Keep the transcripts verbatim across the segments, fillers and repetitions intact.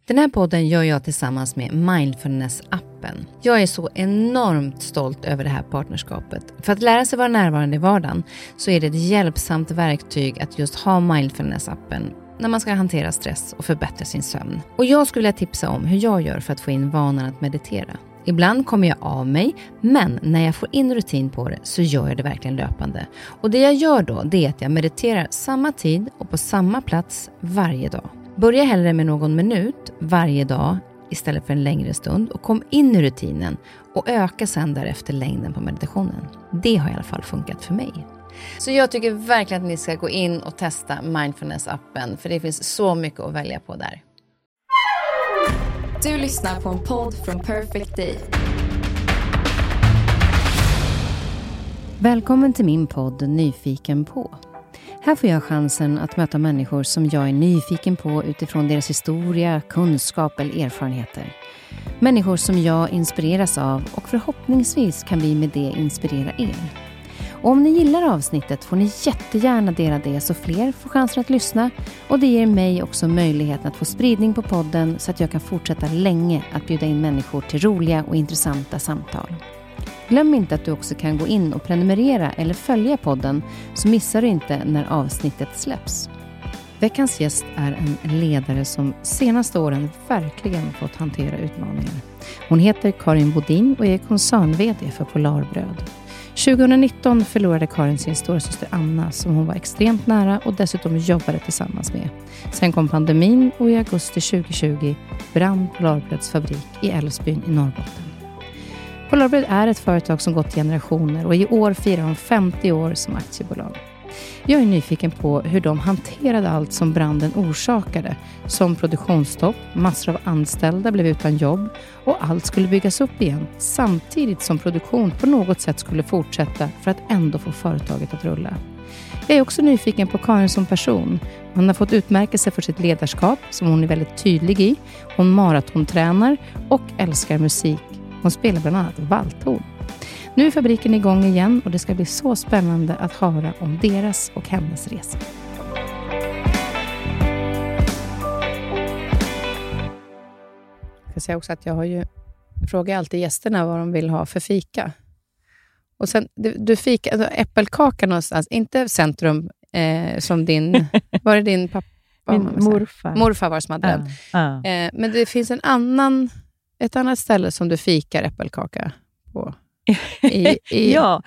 Den här podden gör jag tillsammans med Mindfulness-appen. Jag är så enormt stolt över det här partnerskapet. För att lära sig vara närvarande i vardagen så är det ett hjälpsamt verktyg att just ha Mindfulness-appen när man ska hantera stress och förbättra sin sömn. Och jag skulle vilja tipsa om hur jag gör för att få in vanan att meditera. Ibland kommer jag av mig, men när jag får in rutin på det så gör jag det verkligen löpande. Och det jag gör då, det är att jag mediterar samma tid och på samma plats varje dag. Börja hellre med någon minut varje dag istället för en längre stund och kom in i rutinen och öka sedan därefter längden på meditationen. Det har i alla fall funkat för mig. Så jag tycker verkligen att ni ska gå in och testa Mindfulness-appen, för det finns så mycket att välja på där. Du lyssnar på en podd från Perfect Day. Välkommen till min podd Nyfiken på. Här får jag chansen att möta människor som jag är nyfiken på utifrån deras historia, kunskap eller erfarenheter. Människor som jag inspireras av och förhoppningsvis kan vi med det inspirera er. Och om ni gillar avsnittet får ni jättegärna dela det så fler får chansen att lyssna. Och det ger mig också möjligheten att få spridning på podden så att jag kan fortsätta länge att bjuda in människor till roliga och intressanta samtal. Glöm inte att du också kan gå in och prenumerera eller följa podden så missar du inte när avsnittet släpps. Veckans gäst är en ledare som senaste åren verkligen fått hantera utmaningar. Hon heter Karin Bodin och är koncern-vd för Polarbröd. tjugonitton förlorade Karin sin storasyster Anna som hon var extremt nära och dessutom jobbade tillsammans med. Sen kom pandemin och i augusti tjugohundratjugo brann Polarbröds fabrik i Älvsbyn i Norrbotten. Polarbröd är ett företag som gått generationer och i år firar de femtio år som aktiebolag. Jag är nyfiken på hur de hanterade allt som branden orsakade, som produktionsstopp, massor av anställda blev utan jobb och allt skulle byggas upp igen samtidigt som produktion på något sätt skulle fortsätta för att ändå få företaget att rulla. Jag är också nyfiken på Karin som person. Hon har fått utmärkelse för sitt ledarskap som hon är väldigt tydlig i. Hon maratontränar och älskar musik. Hon spelar bland annat valthorn. Nu är fabriken igång igen och det ska bli så spännande att höra om deras och hennes resa. Jag ska säga också att jag har ju frågat alltid gästerna vad de vill ha för fika. Och sen, du, du fika, alltså äppelkaka någonstans, inte centrum eh, som din, var det din pappa? Min morfar. Morfar var som hade den. Ja. Eh, men det finns en annan, ett annat ställe som du fikar äppelkaka på. I, i... ja,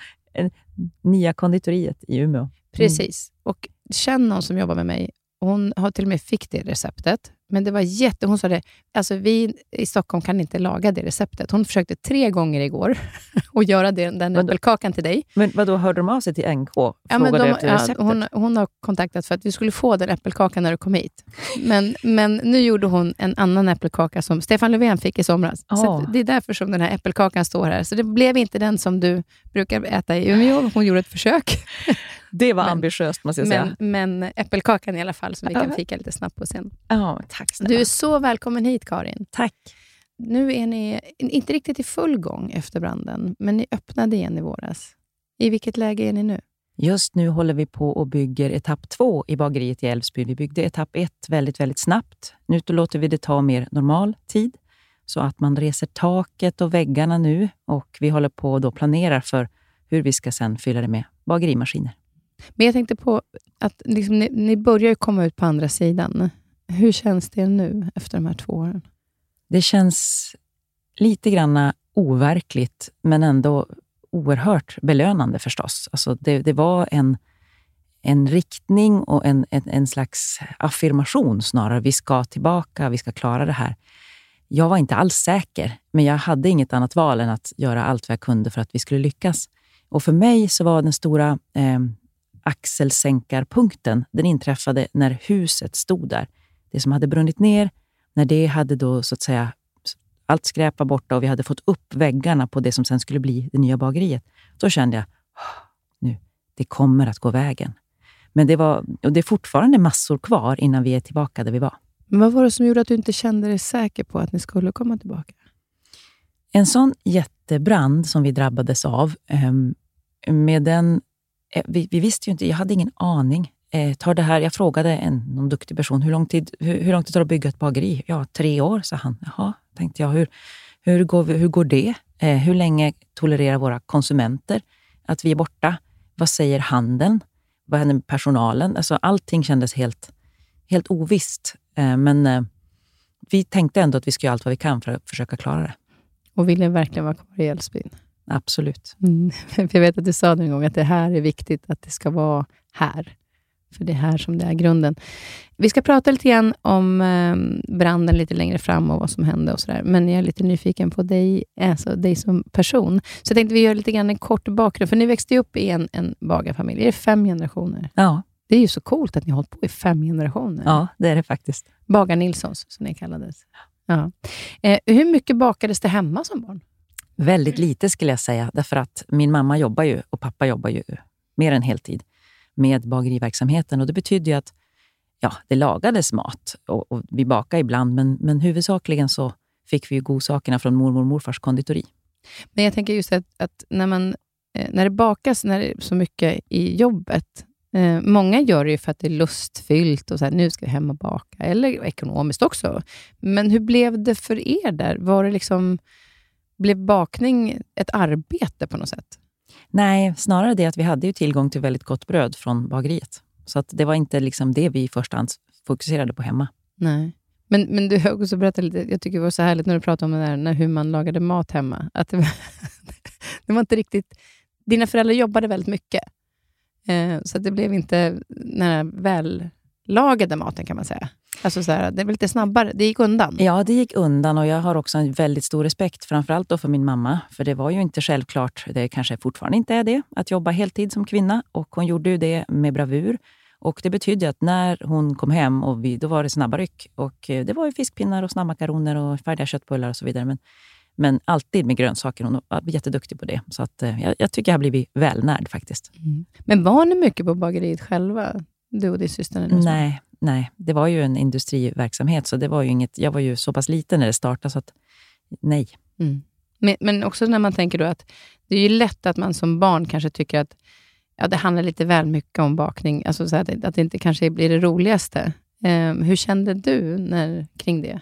nya konditoriet i Umeå. Precis. Mm. Och känner någon som jobbar med mig. Hon har till och med fick det receptet. Men det var jätte... Hon sa det, alltså vi i Stockholm kan inte laga det receptet. Hon försökte tre gånger igår och göra det, den äppelkakan till dig. Men vad då hörde de av sig till N K? Ja, men de, ja, hon, hon har kontaktat för att vi skulle få den äppelkakan när du kom hit. Men, men nu gjorde hon en annan äppelkaka som Stefan Löfven fick i somras. Oh. Så det är därför som den här äppelkakan står här. Så det blev inte den som du brukar äta i Umeå. Hon gjorde ett försök. Det var men, ambitiöst måste jag säga. Men, men äppelkakan i alla fall som vi kan fika lite snabbt på sen. Ja, tack snälla. Du är så välkommen hit, Karin. Tack. Nu är ni inte riktigt i full gång efter branden, men ni öppnade igen i våras. I vilket läge är ni nu? Just nu håller vi på och bygger etapp två i bageriet i Älvsbyn. Vi byggde etapp ett väldigt, väldigt snabbt. Nu låter vi det ta mer normal tid så att man reser taket och väggarna nu och vi håller på och då planerar för hur vi ska sen fylla det med bagerimaskiner. Men jag tänkte på att liksom, ni, ni börjar ju komma ut på andra sidan. Hur känns det nu efter de här två åren? Det känns lite grann overkligt men ändå oerhört belönande förstås. Alltså det, det var en, en riktning och en, en, en slags affirmation snarare. Vi ska tillbaka, vi ska klara det här. Jag var inte alls säker men jag hade inget annat val än att göra allt vad jag kunde för att vi skulle lyckas. Och för mig så var den stora eh, axelsänkarpunkten, den inträffade när huset stod där. Det som hade brunnit ner, när det hade då så att säga allt skräpa borta och vi hade fått upp väggarna på det som sen skulle bli det nya bageriet. Då kände jag, nu, det kommer att gå vägen. Men det var, och det är fortfarande massor kvar innan vi är tillbaka där vi var. Men vad var det som gjorde att du inte kände dig säker på att ni skulle komma tillbaka? En sån jättebrand som vi drabbades av, med den, vi, vi visste ju inte, jag hade ingen aning. eh, tar det här, jag frågade en någon duktig person, hur lång tid, hur, hur lång tid tar det att bygga ett bageri? Ja, tre år, sa han. Jaha, tänkte jag, hur, hur, går, vi, hur går det? Eh, hur länge tolererar våra konsumenter att vi är borta? Vad säger handeln? Vad händer med personalen? Alltså, allting kändes helt, helt ovisst. Eh, men eh, vi tänkte ändå att vi ska göra allt vad vi kan för att försöka klara det. Och ville verkligen vara kvar i Älvsbyn? Absolut. Mm. För jag vet att du sa en gång att det här är viktigt, att det ska vara här. För det är här som det är grunden. Vi ska prata lite grann om eh, branden lite längre fram och vad som hände och sådär. Men jag är lite nyfiken på dig, alltså dig som person. Så jag tänkte vi gör lite grann en kort bakgrund. För ni växte ju upp i en, en bagarfamilj. Är det fem generationer? Ja. Det är ju så coolt att ni har hållit på i fem generationer. Ja, det är det faktiskt. Bagar Nilssons, som ni kallades. Ja. Eh, hur mycket bakades det hemma som barn? Väldigt lite skulle jag säga. Därför att min mamma jobbar ju och pappa jobbar ju mer än heltid med bageriverksamheten. Och det betyder ju att ja, det lagades mat. Och, och vi bakade ibland. Men, men huvudsakligen så fick vi ju godsakerna från mormor och morfars konditori. Men jag tänker just att, att när, man, eh, när det bakas när det är så mycket i jobbet. Eh, många gör det ju för att det är lustfyllt. Och så här, nu ska vi hem och baka. Eller ekonomiskt också. Men hur blev det för er där? Var det liksom... Blev bakning ett arbete på något sätt? Nej, snarare det att vi hade ju tillgång till väldigt gott bröd från bageriet. Så att det var inte liksom det vi i första hand fokuserade på hemma. Nej. Men, men du har också berättat lite, jag tycker det var så härligt när du pratade om det där, när hur man lagade mat hemma. Att det var, det var inte riktigt... Dina föräldrar jobbade väldigt mycket. Eh, så att det blev inte den vällagade maten kan man säga. Alltså så här, det var lite snabbare, det gick undan. Ja, det gick undan och jag har också en väldigt stor respekt, framförallt då för min mamma. För det var ju inte självklart, det kanske fortfarande inte är det, att jobba heltid som kvinna. Och hon gjorde ju det med bravur. Och det betydde att när hon kom hem, och vi, då var det snabba ryck. Och det var ju fiskpinnar och snabbmakaroner och färdiga köttbullar och så vidare. Men, men alltid med grönsaker, hon var jätteduktig på det. Så att, jag, jag tycker jag har blivit välnärd faktiskt. Mm. Men var ni mycket på bageriet själva? Du och din syster? Nej. Nej, det var ju en industriverksamhet så det var ju inget, jag var ju så pass liten när det startade så att nej. Mm. Men, men också när man tänker då att det är ju lätt att man som barn kanske tycker att ja, det handlar lite väl mycket om bakning, alltså så att, att det inte kanske blir det roligaste. Eh, hur kände du när, kring det?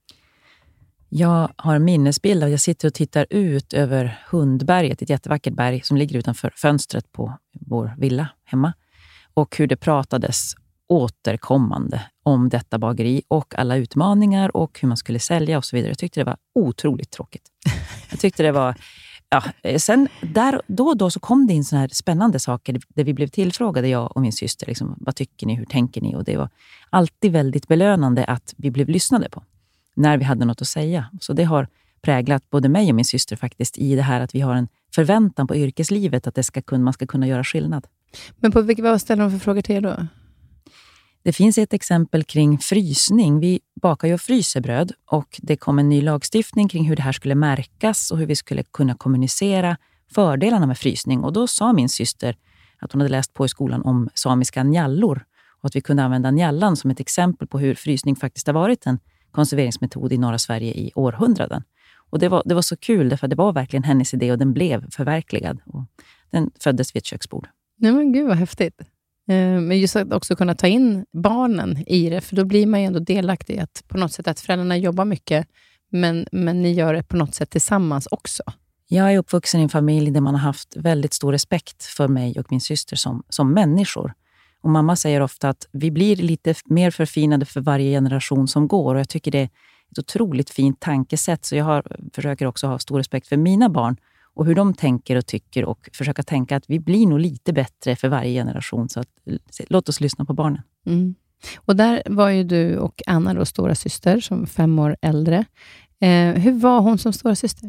Jag har en minnesbild av jag sitter och tittar ut över Hundberget, ett jättevackert berg som ligger utanför fönstret på vår villa hemma. Och hur det pratades återkommande om detta bageri och alla utmaningar och hur man skulle sälja och så vidare. Jag tyckte det var otroligt tråkigt. Jag tyckte det var... Ja, sen där, då och då så kom det in såna här spännande saker där vi blev tillfrågade, jag och min syster. Liksom, vad tycker ni? Hur tänker ni? Och det var alltid väldigt belönande att vi blev lyssnade på när vi hade något att säga. Så det har präglat både mig och min syster faktiskt i det här att vi har en förväntan på yrkeslivet att det ska kunna, man ska kunna göra skillnad. Men på vilka, vad ställer de för frågor till er då? Det finns ett exempel kring frysning. Vi bakar ju och fryser bröd och det kom en ny lagstiftning kring hur det här skulle märkas och hur vi skulle kunna kommunicera fördelarna med frysning. Och då sa min syster att hon hade läst på i skolan om samiska njallor och att vi kunde använda njallan som ett exempel på hur frysning faktiskt har varit en konserveringsmetod i norra Sverige i århundraden. Och det var, det var så kul därför att det var verkligen hennes idé och den blev förverkligad. Och den föddes vid ett köksbord. Nej men gud vad häftigt. Men just att också kunna ta in barnen i det, för då blir man ju ändå delaktig i att på något sätt att föräldrarna jobbar mycket, men, men ni gör det på något sätt tillsammans också. Jag är uppvuxen i en familj där man har haft väldigt stor respekt för mig och min syster som, som människor. Och mamma säger ofta att vi blir lite mer förfinade för varje generation som går och jag tycker det är ett otroligt fint tankesätt, så jag har, försöker också ha stor respekt för mina barn och hur de tänker och tycker och försöka tänka att vi blir nog lite bättre för varje generation. Så att, låt oss lyssna på barnen. Mm. Och där var ju du och Anna då stora syster som fem år äldre. Eh, hur var hon som stora syster?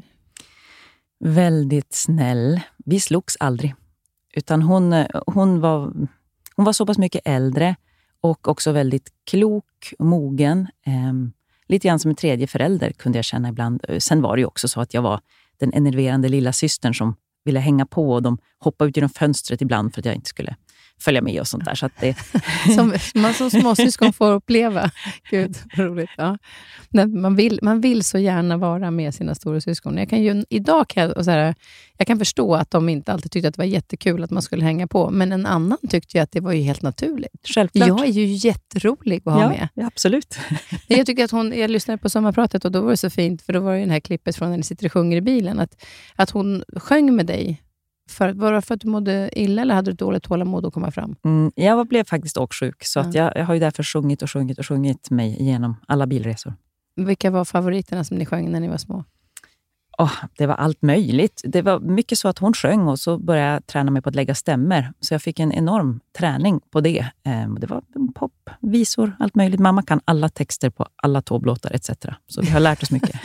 Väldigt snäll. Vi slogs aldrig. Utan hon, hon, var, hon var så pass mycket äldre och också väldigt klok och mogen. Eh, lite grann som en tredje förälder kunde jag känna ibland. Sen var det ju också så att jag var den enerverande lilla systern som ville hänga på och de hoppade ut genom fönstret ibland för att jag inte skulle följa med och sånt där. Så att det... som man som småsyskon får uppleva. Gud, roligt. Ja. Man, vill, man vill så gärna vara med sina stora syskon. Jag kan ju, idag kan jag, så här, jag kan förstå att de inte alltid tyckte att det var jättekul att man skulle hänga på. Men en annan tyckte ju att det var ju helt naturligt. Självklart. Jag är ju jätterolig att ha ja, med. Ja, absolut. Jag tycker att hon, jag lyssnade på sommarpratet och då var det så fint. För då var det den här klippet från när ni sitter och sjunger i bilen. Att, att hon sjöng med dig. För, var det för att du mådde illa eller hade du dåligt tålamod att komma fram? Mm, jag blev faktiskt åksjuk. Så ja. att jag, jag har ju därför sjungit och sjungit och sjungit mig igenom alla bilresor. Vilka var favoriterna som ni sjöng när ni var små? Oh, det var allt möjligt. Det var mycket så att hon sjöng och så började jag träna mig på att lägga stämmer. Så jag fick en enorm träning på det. Eh, det var pop, visor, allt möjligt. Mamma kan alla texter på alla tåblåtar et cetera. Så vi har lärt oss mycket.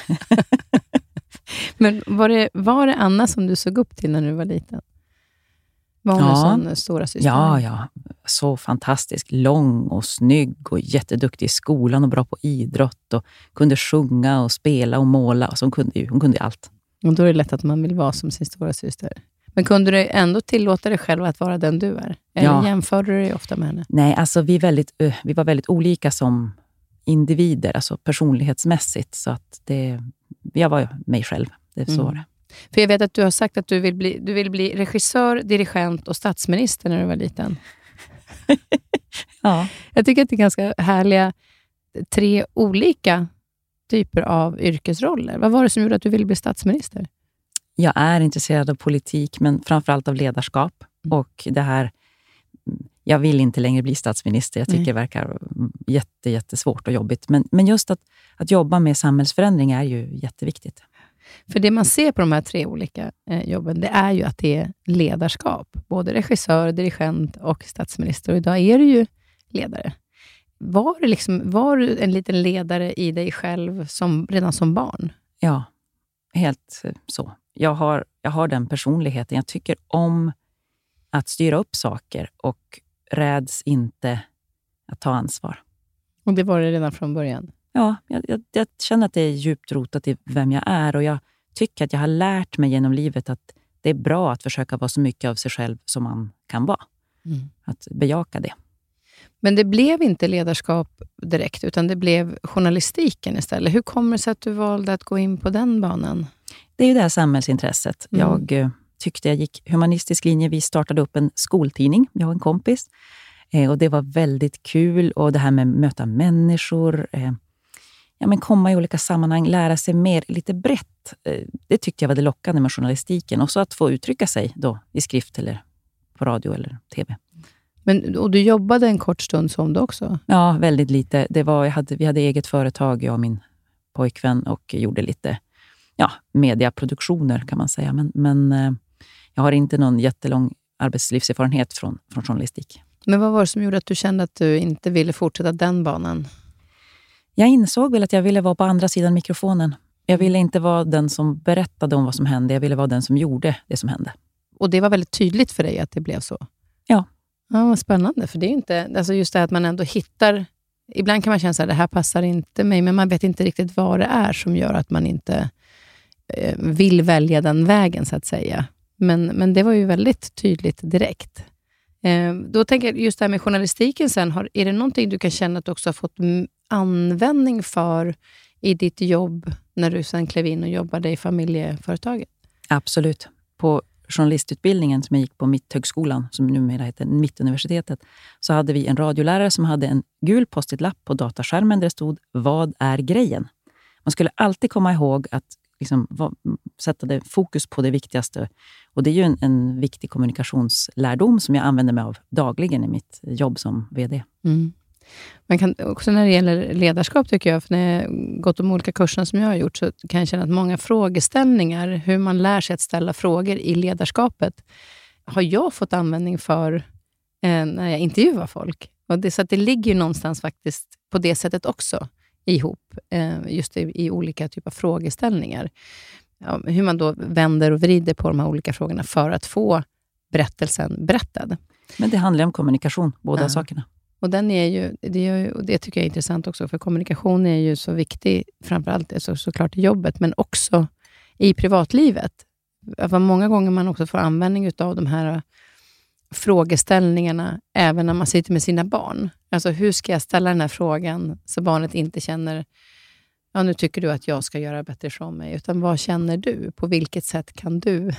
Men var det, var det Anna som du såg upp till när du var liten? Var hon ja. en sån stora syster? Ja, ja. Så fantastisk. Lång och snygg och jätteduktig i skolan och bra på idrott. Och kunde sjunga och spela och måla. Så hon kunde ju hon kunde allt. Och då är det lätt att man vill vara som sin stora syster. Men kunde du ändå tillåta dig själv att vara den du är? Eller ja. jämförde du dig ofta med henne? Nej, alltså vi, är väldigt, vi var väldigt olika som individer. Alltså personlighetsmässigt. Så att det... Jag var mig själv, det är så var det. Mm. För jag vet att du har sagt att du vill bli, du vill bli regissör, dirigent och statsminister när du var liten. ja. Jag tycker att det är ganska härliga tre olika typer av yrkesroller. Vad var det som gjorde att du ville bli statsminister? Jag är intresserad av politik, men framförallt av ledarskap. Mm. Och det här, jag vill inte längre bli statsminister. Jag tycker Nej. det verkar jätte, jättesvårt och jobbigt. Men, men just att, att jobba med samhällsförändring är ju jätteviktigt. För det man ser på de här tre olika eh, jobben, det är ju att det är ledarskap. Både regissör, dirigent och statsminister. Och idag är du ju ledare. Var, det liksom, var du en liten ledare i dig själv som, redan som barn? Ja, helt så. Jag har, jag har den personligheten. Jag tycker om att styra upp saker och räds inte att ta ansvar. Och det var det redan från början? Ja, jag, jag, jag känner att det är djupt rotat i vem jag är. Och jag tycker att jag har lärt mig genom livet att det är bra att försöka vara så mycket av sig själv som man kan vara. Mm. Att bejaka det. Men det blev inte ledarskap direkt, utan det blev journalistiken istället. Hur kommer det sig att du valde att gå in på den banan? Det är ju det här samhällsintresset. Mm. Jag eh, tyckte jag gick humanistisk linje. Vi startade upp en skoltidning, jag och en kompis. Eh, och det var väldigt kul. Och det här med att möta människor... Eh, Ja, men komma i olika sammanhang, lära sig mer lite brett. Det tyckte jag var det lockande med journalistiken. Och så att få uttrycka sig då i skrift eller på radio eller tv. Men, och du jobbade en kort stund som det också? Ja, väldigt lite. Det var, jag hade, vi hade eget företag, jag och min pojkvän, och gjorde lite ja, mediaproduktioner kan man säga. Men, men jag har inte någon jättelång arbetslivserfarenhet från, från journalistik. Men vad var det som gjorde att du kände att du inte ville fortsätta den banan? Jag insåg väl att jag ville vara på andra sidan mikrofonen. Jag ville inte vara den som berättade om vad som hände. Jag ville vara den som gjorde det som hände. Och det var väldigt tydligt för dig att det blev så? Ja. Ja, vad spännande. För det är inte, alltså just det att man ändå hittar... Ibland kan man känna att det här passar inte mig, men man vet inte riktigt vad det är som gör att man inte eh, vill välja den vägen, så att säga. Men, men det var ju väldigt tydligt direkt. Eh, då tänker jag just det här med journalistiken sen. Har, är det någonting du kan känna att du också har fått användning för i ditt jobb när du sen klev in och jobbade i familjeföretaget? Absolut. På journalistutbildningen som jag gick på Mitthögskolan, som numera heter Mittuniversitetet, så hade vi en radiolärare som hade en gul post-it-lapp på dataskärmen där det stod "Vad är grejen?" Man skulle alltid komma ihåg att liksom, vad, sätta det fokus på det viktigaste. Och det är ju en, en viktig kommunikationslärdom som jag använder mig av dagligen i mitt jobb som vd. Mm. Man kan också när det gäller ledarskap, tycker jag, för när jag gått de olika kurserna som jag har gjort, så kan jag känna att många frågeställningar, hur man lär sig att ställa frågor i ledarskapet, har jag fått användning för eh, när jag intervjuar folk. Och det, så att det ligger ju någonstans faktiskt på det sättet också ihop, eh, just i, i olika typer av frågeställningar. Ja, hur man då vänder och vrider på de här olika frågorna för att få berättelsen berättad. Men det handlar om kommunikation, båda ja. sakerna. Och den är ju, det, är ju, och det tycker jag är intressant också, för kommunikation är ju så viktig, framförallt så, såklart i jobbet, men också i privatlivet. För många gånger man också får användning av de här frågeställningarna även när man sitter med sina barn? Alltså hur ska jag ställa den här frågan så barnet inte känner, ja nu tycker du att jag ska göra bättre ifrån mig, utan vad känner du? På vilket sätt kan du?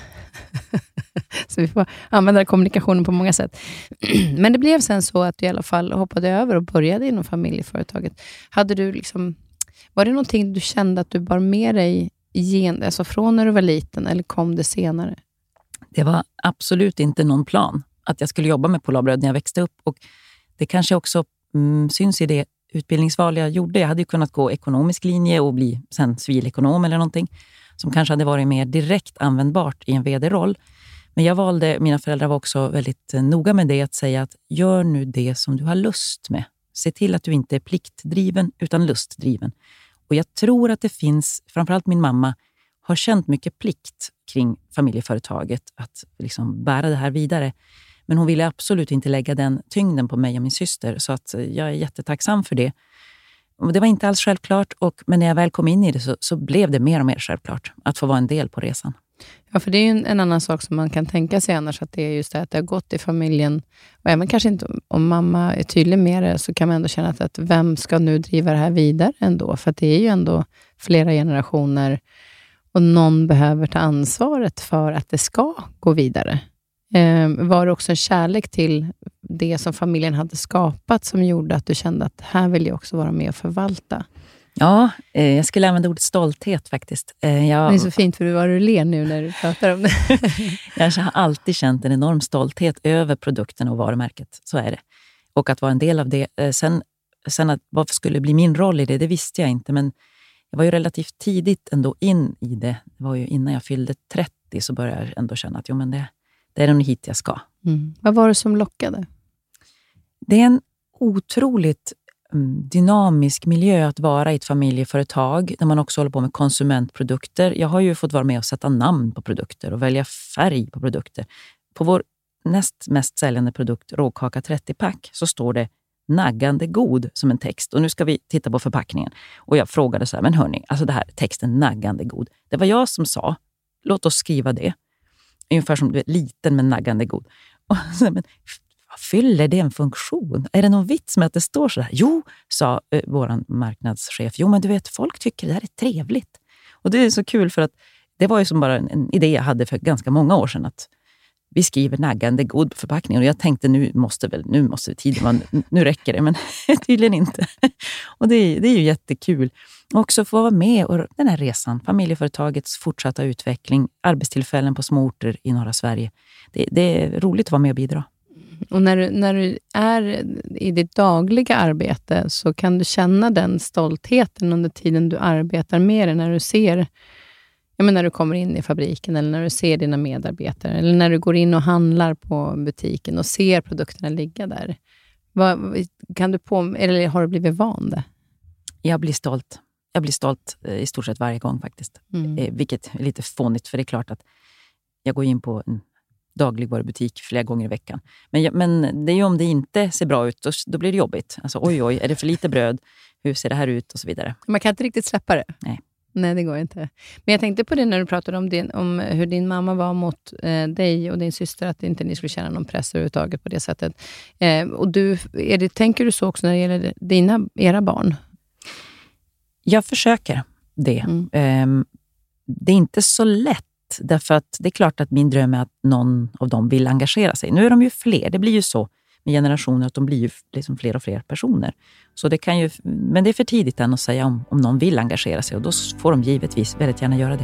Så vi får använda kommunikationen på många sätt. Men det blev sen så att du i alla fall hoppade över och började inom familjeföretaget. Hade du liksom, var det någonting du kände att du bar med dig igen, alltså från när du var liten, eller kom det senare? Det var absolut inte någon plan att jag skulle jobba med Polarbröd när jag växte upp. Och det kanske också mm, syns i det utbildningsval jag gjorde. Jag hade ju kunnat gå ekonomisk linje och bli sen civilekonom eller någonting som kanske hade varit mer direkt användbart i en vd-roll. Men jag valde, mina föräldrar var också väldigt noga med det, att säga att gör nu det som du har lust med. Se till att du inte är pliktdriven utan lustdriven. Och jag tror att det finns, framförallt min mamma har känt mycket plikt kring familjeföretaget att liksom bära det här vidare. Men hon ville absolut inte lägga den tyngden på mig och min syster, så att jag är jättetacksam för det. Och det var inte alls självklart, och, men när jag väl kom in i det så, så blev det mer och mer självklart att få vara en del på resan. Ja, för det är ju en, en annan sak som man kan tänka sig annars, att det är just det att det har gått i familjen, och även kanske inte om mamma är tydlig med det, så kan man ändå känna att, att vem ska nu driva det här vidare ändå, för att det är ju ändå flera generationer och någon behöver ta ansvaret för att det ska gå vidare. Eh, var det också en kärlek till det som familjen hade skapat som gjorde att du kände att här vill jag också vara med och förvalta? Ja, eh, jag skulle använda ordet stolthet faktiskt. Eh, jag, det är så fint, för du var du ler nu när du pratar om det. Jag har alltid känt en enorm stolthet över produkten och varumärket, så är det. Och att vara en del av det. Eh, sen, sen att vad skulle bli min roll i det, det visste jag inte, men jag var ju relativt tidigt ändå in i det. Det var ju innan jag fyllde trettio så började jag ändå känna att jo, men det, det är nog hit jag ska. Mm. Vad var det som lockade? Det är en otroligt um, dynamisk miljö att vara i ett familjeföretag där man också håller på med konsumentprodukter. Jag har ju fått vara med och sätta namn på produkter och välja färg på produkter. På vår näst mest säljande produkt, råkaka trettio-pack, så står det naggande god som en text. Och nu ska vi titta på förpackningen. Och jag frågade så här, men hörni, alltså det här texten naggande god. Det var jag som sa, låt oss skriva det. Ungefär som du är liten men naggande god. Och så, men vad fyller det en funktion? Är det någon vits med att det står så här? Jo, sa eh, våran marknadschef. Jo, men du vet, folk tycker det här är trevligt. Och det är så kul, för att det var ju som bara en, en idé jag hade för ganska många år sedan, att vi skriver naggande god på förpackningen. Och jag tänkte, nu måste väl, nu måste tiden vara, nu räcker det, men tydligen inte. Och det är, det är ju jättekul. Och också få vara med och den här resan, familjeföretagets fortsatta utveckling, arbetstillfällen på små orter i norra Sverige. Det, det är roligt att vara med och bidra. Och när du, när du är i ditt dagliga arbete, så kan du känna den stoltheten under tiden du arbetar med det, när du ser, ja, men när du kommer in i fabriken, eller när du ser dina medarbetare, eller när du går in och handlar på butiken och ser produkterna ligga där. Vad, kan du på, eller har du blivit van det? Jag blir stolt. Jag blir stolt i stort sett varje gång faktiskt. Mm. Vilket är lite fånigt, för det är klart att jag går in på en dagligvarubutik flera gånger i veckan. Men, men det är ju om det inte ser bra ut, då, då blir det jobbigt. Alltså oj oj, är det för lite bröd? Hur ser det här ut? Och så vidare. Man kan inte riktigt släppa det. Nej. Nej, det går inte. Men jag tänkte på det när du pratade om, din, om hur din mamma var mot eh, dig och din syster, att inte ni skulle känna någon press överhuvudtaget på det sättet. Eh, och du, är det, tänker du så också när det gäller dina, era barn? Jag försöker det. Mm. Eh, det är inte så lätt, därför att det är klart att min dröm är att någon av dem vill engagera sig. Nu är de ju fler, det blir ju så med generationer att de blir ju liksom fler och fler personer. Så det kan ju, men det är för tidigt än att säga om, om någon vill engagera sig, och då får de givetvis väldigt gärna göra det.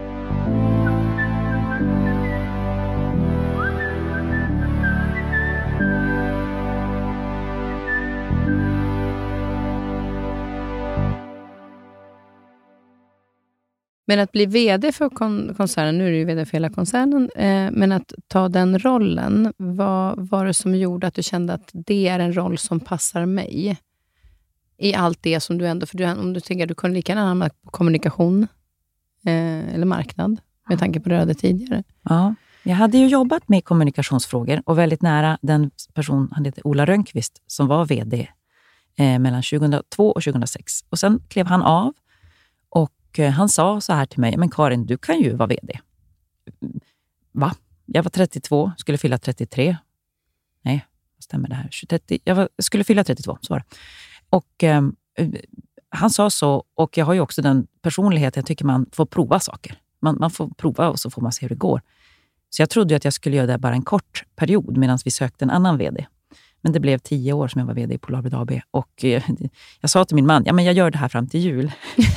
Men att bli vd för kon- koncernen, nu är du ju vd för hela koncernen, eh, men att ta den rollen, vad var det som gjorde att du kände att det är en roll som passar mig? I allt det som du ändå, för du, om du tänker att du kunde lika gärna hamna på kommunikation eh, eller marknad, med tanke på det du hade tidigare. Ja, jag hade ju jobbat med kommunikationsfrågor och väldigt nära den person, han heter Ola Rönnqvist, som var vd eh, mellan tjugohundratvå och tjugohundrasex. Och sen klev han av. Han sa så här till mig, men Karin, du kan ju vara vd. Va? Jag var trettiotvå, skulle fylla trettiotre. nej, stämmer det här? trettio, jag, var, jag skulle fylla trettiotvå, så var det. Och eh, han sa så, och jag har ju också den personlighet, jag tycker man får prova saker. Man, man får prova och så får man se hur det går. Så jag trodde att jag skulle göra det bara en kort period medan vi sökte en annan vd. Men det blev tio år som jag var vd i Polarbröd A B. Och eh, jag sa till min man, ja men jag gör det här fram till jul.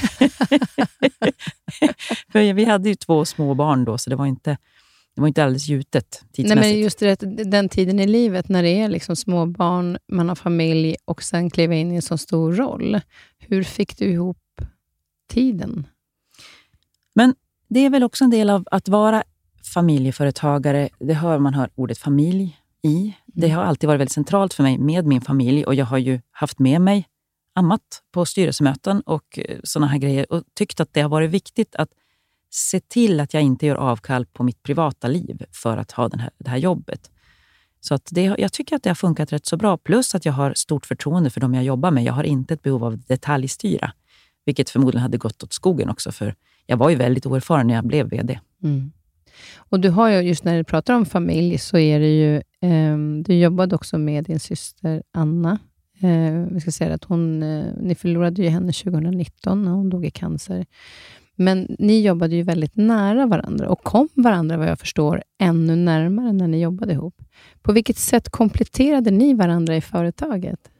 För vi hade ju två små barn då, så det var inte, det var inte alldeles gjutet tidsmässigt. Nej, men just det, den tiden i livet när det är liksom små barn, man har familj och sen kliva in i en så stor roll. Hur fick du ihop tiden? Men det är väl också en del av att vara familjeföretagare. Det hör man hör ordet familj i. Det har alltid varit väldigt centralt för mig med min familj, och jag har ju haft med mig ammat på styrelsemöten och såna här grejer och tyckt att det har varit viktigt att se till att jag inte gör avkall på mitt privata liv för att ha den här, det här jobbet. Så att det, jag tycker att det har funkat rätt så bra, plus att jag har stort förtroende för dem jag jobbar med. Jag har inte ett behov av detaljstyra, vilket förmodligen hade gått åt skogen också, för jag var ju väldigt oerfaren när jag blev vd. Mm. Och du har ju, just när du pratar om familj, så är det ju, eh, du jobbade också med din syster Anna. Eh, vi ska säga att hon, eh, ni förlorade ju henne tjugonitton när hon dog i cancer. Men ni jobbade ju väldigt nära varandra och kom varandra, vad jag förstår, ännu närmare när ni jobbade ihop. På vilket sätt kompletterade ni varandra i företaget?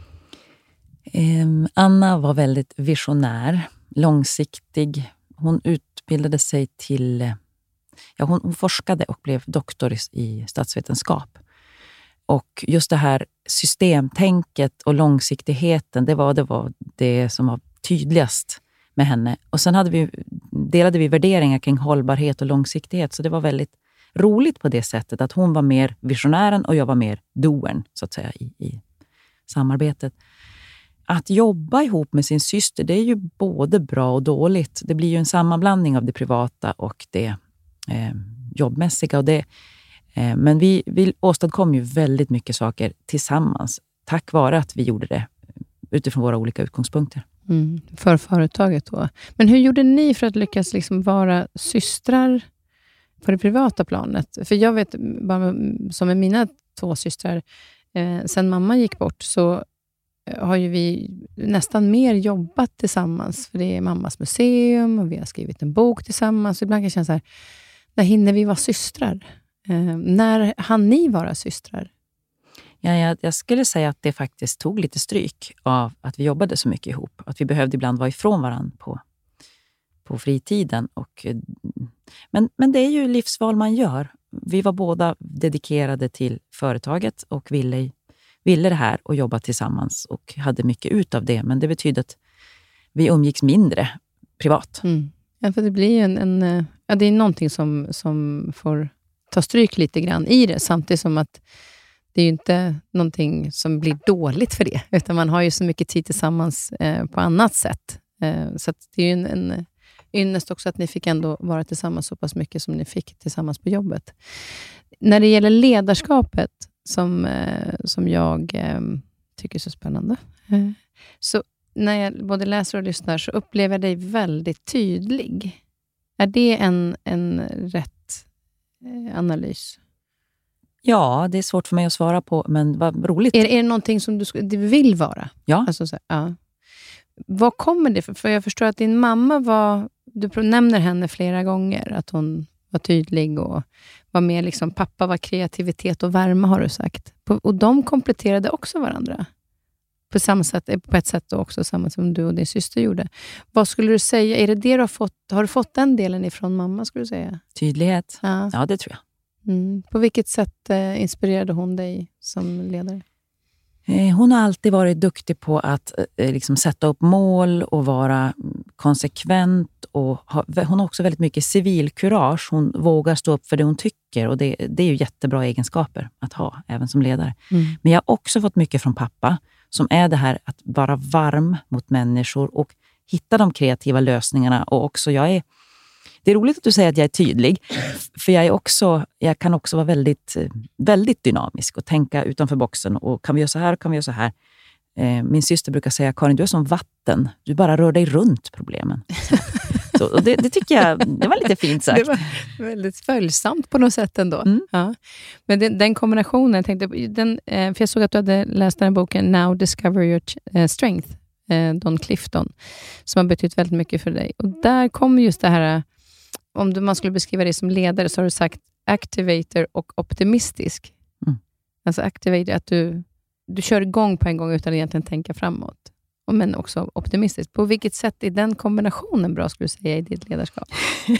Eh, Anna var väldigt visionär, långsiktig. Hon utbildade sig till... Ja, hon, hon forskade och blev doktor i, i statsvetenskap. Och just det här systemtänket och långsiktigheten, det var det, var det som var tydligast med henne. Och sen hade vi, delade vi värderingar kring hållbarhet och långsiktighet. Så det var väldigt roligt på det sättet att hon var mer visionären och jag var mer doern, så att säga, i, i samarbetet. Att jobba ihop med sin syster, det är ju både bra och dåligt. Det blir ju en sammanblandning av det privata och det eh, jobbmässiga. Och det, eh, men vi, vi åstadkom ju väldigt mycket saker tillsammans, tack vare att vi gjorde det utifrån våra olika utgångspunkter. Mm, för företaget då. Men hur gjorde ni för att lyckas liksom vara systrar på det privata planet? För jag vet, bara som med mina två systrar, eh, sen mamma gick bort så har ju vi nästan mer jobbat tillsammans. För det är mammas museum och vi har skrivit en bok tillsammans. Ibland kan jag känna så här, när hinner vi vara systrar? Eh, när hann ni vara systrar? Ja, jag, jag skulle säga att det faktiskt tog lite stryk av att vi jobbade så mycket ihop. Att vi behövde ibland vara ifrån varandra på, på fritiden. Och, men, men det är ju livsval man gör. Vi var båda dedikerade till företaget och ville, ville det här och jobba tillsammans. Och hade mycket ut av det. Men det betyder att vi umgicks mindre privat. Mm. Ja, för det blir ju en... en ja, det är någonting som, som får ta stryk lite grann i det. Samtidigt som att det är ju inte någonting som blir dåligt för det. Utan man har ju så mycket tid tillsammans eh, på annat sätt. Eh, så att det är ju en, en ynnest också att ni fick ändå vara tillsammans så pass mycket som ni fick tillsammans på jobbet. När det gäller ledarskapet som, eh, som jag eh, tycker är så spännande. Eh, så när jag både läser och lyssnar så upplever jag dig väldigt tydlig. Är det en, en rätt eh, analys? Ja, det är svårt för mig att svara på, men vad roligt. Är, är det någonting som du, du vill vara? Ja. Alltså, så, ja. Vad kommer det för? För jag förstår att din mamma var, du nämner henne flera gånger, att hon var tydlig och var mer liksom, pappa var kreativitet och värme, har du sagt. På, och de kompletterade också varandra. På samma sätt, på ett sätt också, samma som du och din syster gjorde. Vad skulle du säga? Är det det du har fått? Har du fått den delen ifrån mamma, skulle du säga? Tydlighet. Ja, ja det tror jag. Mm. På vilket sätt eh, inspirerade hon dig som ledare? Eh, hon har alltid varit duktig på att eh, liksom sätta upp mål och vara konsekvent. Och ha, hon har också väldigt mycket civilkurage. Hon vågar stå upp för det hon tycker. Och det, det är ju jättebra egenskaper att ha, även som ledare. Mm. Men jag har också fått mycket från pappa. Som är det här att vara varm mot människor och hitta de kreativa lösningarna. Och också jag är... Det är roligt att du säger att jag är tydlig, för jag är också, jag kan också vara väldigt, väldigt dynamisk och tänka utanför boxen. Och kan vi göra så här, kan vi göra så här. Min syster brukar säga, Karin, du är som vatten. Du bara rör dig runt problemen. Så, och det, det tycker jag, det var lite fint sagt. Det var väldigt följsamt på något sätt ändå. Mm. Ja. Men den, den kombinationen, jag tänkte, den, för jag såg att du hade läst den här boken Now Discover Your Strength, Don Clifton, som har betytt väldigt mycket för dig. Och där kommer just det här, om man skulle beskriva dig som ledare, så har du sagt activator och optimistisk. Mm. Alltså activator, att du, du kör igång på en gång utan att egentligen tänka framåt. Men också optimistisk. På vilket sätt är den kombinationen bra, skulle du säga, i ditt ledarskap?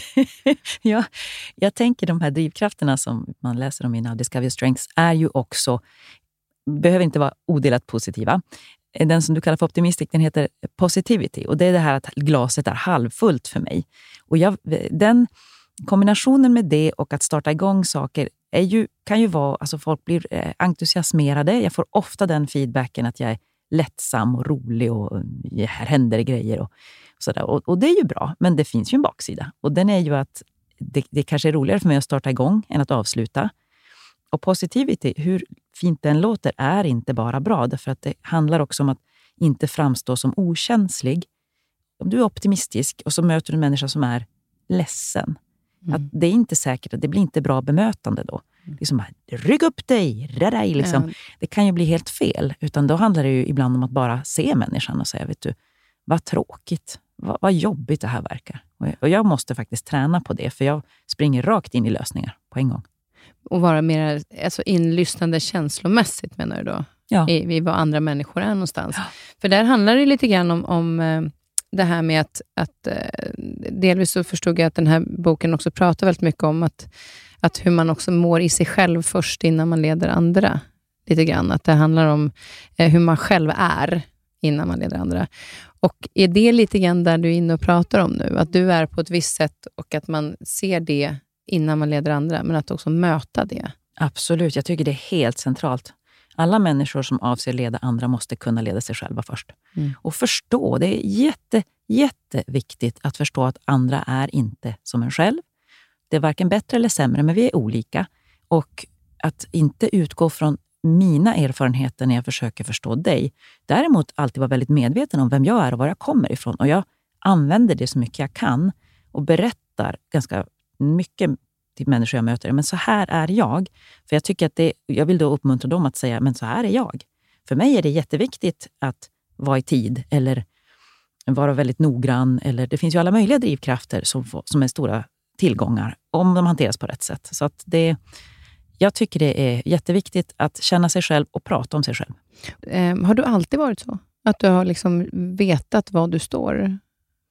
Ja, jag tänker de här drivkrafterna som man läser om i Now Discover Your Strengths är ju också, behöver inte vara odelat positiva. Den som du kallar för optimistisk, den heter positivity. Och det är det här att glaset är halvfullt för mig. Och jag, den kombinationen med det och att starta igång saker är ju, kan ju vara, alltså folk blir entusiasmerade. Jag får ofta den feedbacken att jag är lättsam och rolig och här händer det grejer och, och sådär. Och, och det är ju bra, men det finns ju en baksida. Och den är ju att det, det kanske är roligare för mig att starta igång än att avsluta. Och positivity, hur fint den låter, är inte bara bra. Därför att det handlar också om att inte framstå som okänslig. Om du är optimistisk och så möter du en människa som är ledsen. Mm. Att det är inte säkert att det blir inte bra bemötande då. Liksom, rygg upp dig, dig liksom. Ja. Det kan ju bli helt fel. Utan då handlar det ju ibland om att bara se människan och säga, vet du, vad tråkigt, vad, vad jobbigt det här verkar. Och jag, och jag måste faktiskt träna på det, för jag springer rakt in i lösningar på en gång. Och vara mer alltså, inlyssnande känslomässigt, menar du då? Ja. I, i vad andra människor är någonstans. Ja. För där handlar det lite grann om, om det här med att, att delvis så förstod jag att den här boken också pratar väldigt mycket om att Att hur man också mår i sig själv först innan man leder andra. Lite grann. Att det handlar om eh, hur man själv är innan man leder andra. Och är det lite grann där du är inne och pratar om nu? Att du är på ett visst sätt och att man ser det innan man leder andra. Men att också möta det. Absolut, jag tycker det är helt centralt. Alla människor som avser leda andra måste kunna leda sig själva först. Mm. Och förstå, det är jätte, jätteviktigt att förstå att andra är inte som en själv. Det är varken bättre eller sämre, men vi är olika. Och att inte utgå från mina erfarenheter när jag försöker förstå dig. Däremot alltid vara väldigt medveten om vem jag är och var jag kommer ifrån. Och jag använder det så mycket jag kan och berättar ganska mycket till människor jag möter. Men så här är jag. För jag tycker att det, jag vill då uppmuntra dem att säga, men så här är jag. För mig är det jätteviktigt att vara i tid eller vara väldigt noggrann. Eller det finns ju alla möjliga drivkrafter som, som är stora tillgångar om de hanteras på rätt sätt. Så att det, jag tycker det är jätteviktigt att känna sig själv och prata om sig själv. Eh, har du alltid varit så? Att du har liksom vetat vad du står?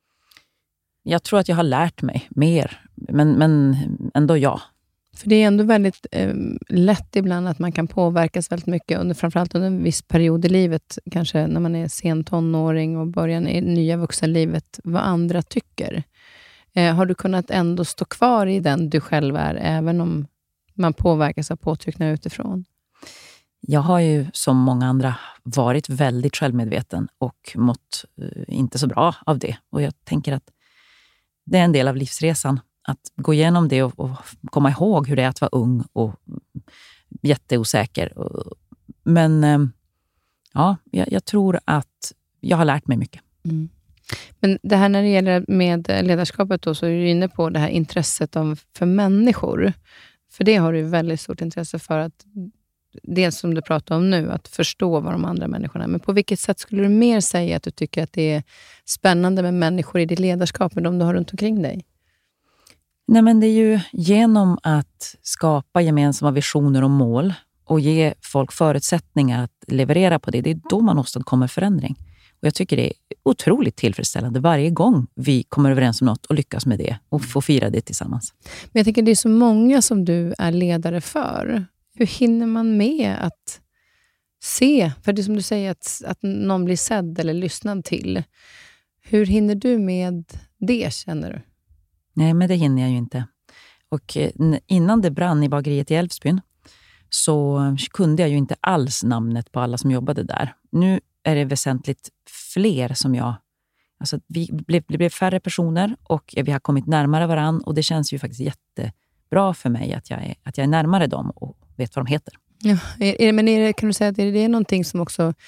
Jag tror att jag har lärt mig mer. Men, men ändå ja. För det är ändå väldigt eh, lätt ibland att man kan påverkas väldigt mycket under, framförallt under en viss period i livet. Kanske när man är sen tonåring och början i nya vuxenlivet. Vad andra tycker. Eh, har du kunnat ändå stå kvar i den du själv är, även om man påverkas av påtryckningar utifrån? Jag har ju som många andra varit väldigt självmedveten och mått eh, inte så bra av det. Och jag tänker att det är en del av livsresan. Att gå igenom det och, och komma ihåg hur det är att vara ung och jätteosäker. Men eh, ja, jag, jag tror att jag har lärt mig mycket. Mm. Men det här när det gäller med ledarskapet då, så är du inne på det här intresset av, för människor. För det har du väldigt stort intresse för, att det som du pratar om nu, att förstå vad de andra människorna är. Men på vilket sätt skulle du mer säga att du tycker att det är spännande med människor i ditt ledarskap, med de du har runt omkring dig? Nej, men det är ju genom att skapa gemensamma visioner och mål och ge folk förutsättningar att leverera på det. Det är då man åstadkommer förändring. Och jag tycker det är otroligt tillfredsställande varje gång vi kommer överens om något och lyckas med det och får fira det tillsammans. Men jag tänker det är så många som du är ledare för. Hur hinner man med att se? För det är som du säger, att, att någon blir sedd eller lyssnad till. Hur hinner du med det, känner du? Nej, men det hinner jag ju inte. Och innan det brann i bageriet i Älvsbyn så kunde jag ju inte alls namnet på alla som jobbade där. Nu är det väsentligt fler som jag... Alltså vi blev, det blev färre personer och vi har kommit närmare varann. Och det känns ju faktiskt jättebra för mig att jag är, att jag är närmare dem och vet vad de heter. Ja, är, är, men är det, kan du säga att är det någonting som också...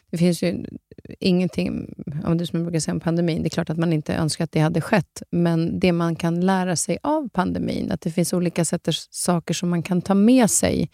det finns ju ingenting, om det som jag brukar säga om pandemin, det är klart att man inte önskar att det hade skett, men det man kan lära sig av pandemin, att det finns olika sätter, saker som man kan ta med sig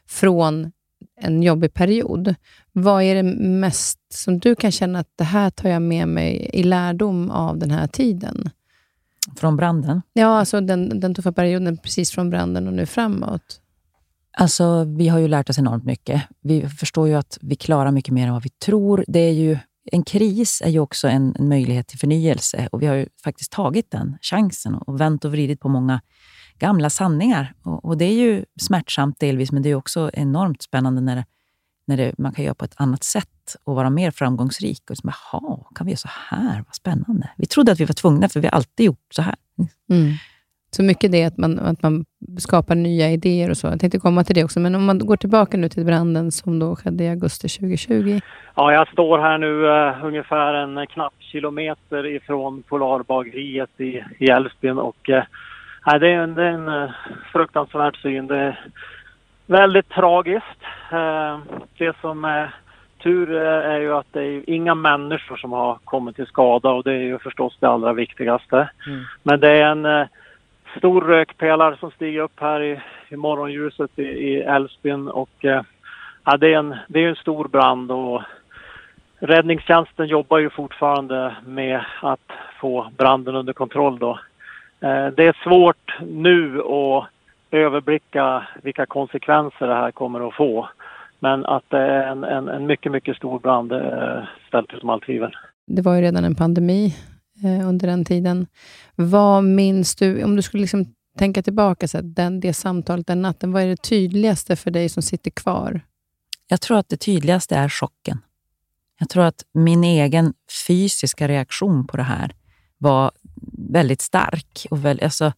från en jobbig period. Vad är det mest som du kan känna att det här tar jag med mig i lärdom av den här tiden? Från branden? Ja, alltså den, den tuffa perioden precis från branden och nu framåt. Alltså, vi har ju lärt oss enormt mycket. Vi förstår ju att vi klarar mycket mer än vad vi tror. Det är ju, en kris är ju också en, en möjlighet till förnyelse. Och vi har ju faktiskt tagit den chansen och vänt och vridit på många gamla sanningar. Och, och det är ju smärtsamt delvis, men det är också enormt spännande när, det, när det, man kan göra på ett annat sätt och vara mer framgångsrik. Och så, jaha, kan vi göra så här? Vad spännande. Vi trodde att vi var tvungna, för vi har alltid gjort så här. Mm. Så mycket det att man, att man skapar nya idéer och så. Jag tänkte komma till det också. Men om man går tillbaka nu till branden som då skedde i augusti tjugohundratjugo. Ja, jag står här nu uh, ungefär en knapp kilometer ifrån Polarbageriet i, i Älvsbyn. Och uh, det är en, det är en uh, fruktansvärd syn. Det är väldigt tragiskt. Uh, det som är tur uh, är ju att det är inga människor som har kommit till skada. Och det är ju förstås det allra viktigaste. Mm. Men det är en... Uh, stor rökpelare som stiger upp här i, i morgonljuset i, i Älvsbyn, och eh, ja, det är en det är en stor brand, och räddningstjänsten jobbar ju fortfarande med att få branden under kontroll då. Eh, det är svårt nu att överblicka vilka konsekvenser det här kommer att få, men att det är en, en, en mycket mycket stor brand eh, ställt utom allt tvivel. Det var ju redan en pandemi under den tiden. Vad minns du, om du skulle liksom tänka tillbaka så att den, det samtalet den natten, vad är det tydligaste för dig som sitter kvar? Jag tror att det tydligaste är chocken. Jag tror att min egen fysiska reaktion på det här var väldigt stark. Och väl, alltså,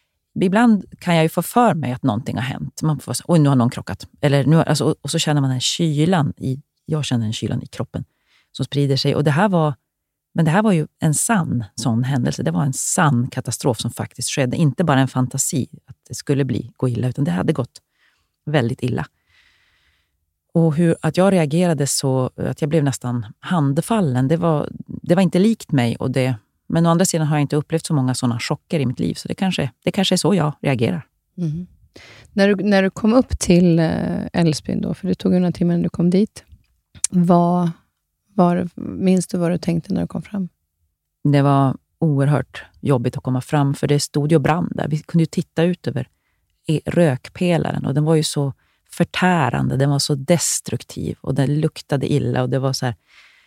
ibland kan jag ju få för mig att någonting har hänt. Man får säga, oj, nu har någon krockat. Eller nu, alltså, och så känner man den kylan i, jag känner den kylan i kroppen som sprider sig. Och det här var Men det här var ju en sann sån händelse. Det var en sann katastrof som faktiskt skedde. Inte bara en fantasi att det skulle bli gå illa, utan det hade gått väldigt illa. Och hur att jag reagerade så att jag blev nästan handfallen, det var, det var inte likt mig. Och det, men å andra sidan har jag inte upplevt så många sådana chocker i mitt liv. Så det kanske, det kanske är så jag reagerar. Mm. När, du, när du kom upp till Älvsbyn då, för det tog några timmar när du kom dit, vad... Var, minns du vad du tänkte när du kom fram? Det var oerhört jobbigt att komma fram, för det stod ju och brann där. Vi kunde ju titta ut över rökpelaren, och den var ju så förtärande, den var så destruktiv och den luktade illa, och det var så här,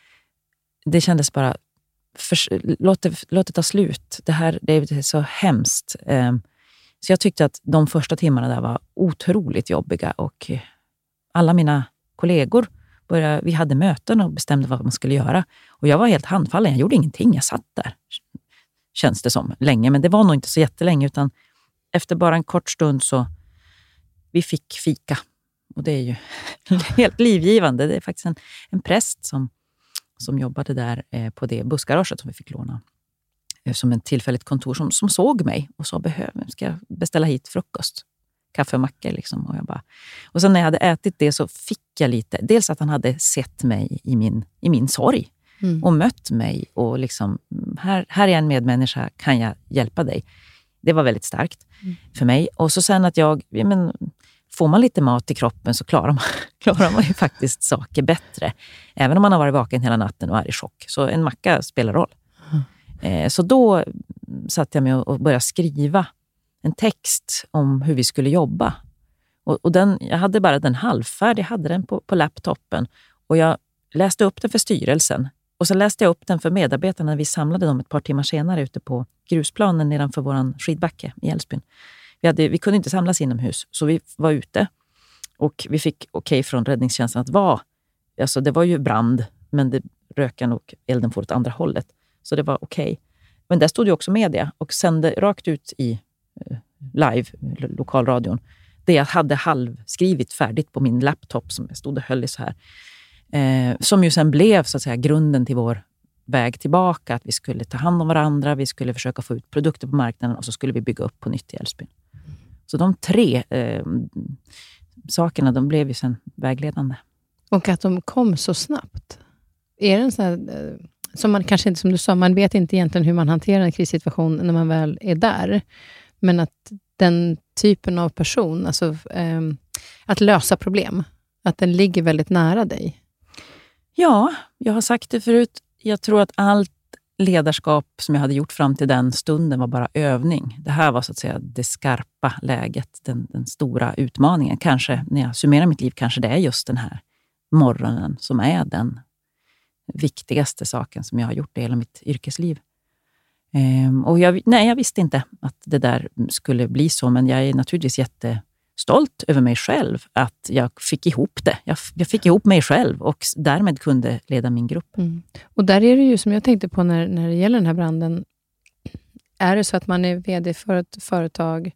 det kändes bara för, låt, det, låt det ta slut. Det här det är så hemskt. Så jag tyckte att de första timmarna där var otroligt jobbiga, och alla mina kollegor började, vi hade möten och bestämde vad man skulle göra. Och jag var helt handfallen, jag gjorde ingenting, jag satt där. Känns det som, länge, men det var nog inte så jättelänge, utan efter bara en kort stund så vi fick fika. Och det är ju helt livgivande. Det är faktiskt en, en präst som, som jobbade där eh, på det bussgaraget som vi fick låna. Eh, som en tillfälligt kontor som, som såg mig och sa, behöver, ska jag beställa hit frukost? Kaffe och macka liksom. Och, jag bara, och sen när jag hade ätit det så fick jag lite, dels att han hade sett mig i min, i min sorg. Mm. Och mött mig och liksom, här, här är en medmänniska, kan jag hjälpa dig? Det var väldigt starkt mm. för mig. Och så sen att jag, ja, men, får man lite mat i kroppen så klarar man, klarar man ju faktiskt saker bättre. Även om man har varit vaken hela natten och är i chock. Så en macka spelar roll. Mm. Eh, så då satt jag med och började skriva en text om hur vi skulle jobba. Och, och den, jag hade bara den halvfärdig, jag hade den på, på laptopen. Och jag läste upp den för styrelsen. Och så läste jag upp den för medarbetarna när vi samlade dem ett par timmar senare ute på grusplanen nedanför våran skidbacke i Älvsbyn. Vi, hade, vi kunde inte samlas inomhus, så vi var ute. Och vi fick okej okay från räddningstjänsten att vara, alltså det var ju brand, men det, röken och elden får åt andra hållet. Så det var okej. Okay. Men där stod ju också media och sände rakt ut i eh, live, lokalradion. Det jag hade halvskrivit färdigt på min laptop som jag stod och höll i så här. Eh, som ju sen blev så att säga grunden till vår väg tillbaka. Att vi skulle ta hand om varandra, vi skulle försöka få ut produkter på marknaden och så skulle vi bygga upp på nytt i Älvsbyn. Så de tre eh, sakerna, de blev ju sen vägledande. Och att de kom så snabbt. är det en sån här, som man kanske inte, som du sa, man vet inte egentligen hur man hanterar en krissituation när man väl är där. Men att den typen av person, alltså eh, att lösa problem, att den ligger väldigt nära dig. Ja, jag har sagt det förut. Jag tror att allt ledarskap som jag hade gjort fram till den stunden var bara övning. Det här var så att säga det skarpa läget, den, den stora utmaningen. Kanske, när jag summerar mitt liv, kanske det är just den här morgonen som är den viktigaste saken som jag har gjort i hela mitt yrkesliv. Ehm, och jag, nej, jag visste inte att det där skulle bli så, men jag är naturligtvis jättestolt över mig själv att jag fick ihop det. Jag, jag fick ihop mig själv och därmed kunde leda min grupp. Mm. Och där är det ju som jag tänkte på när, när det gäller den här branden. Är det så att man är vd för ett företag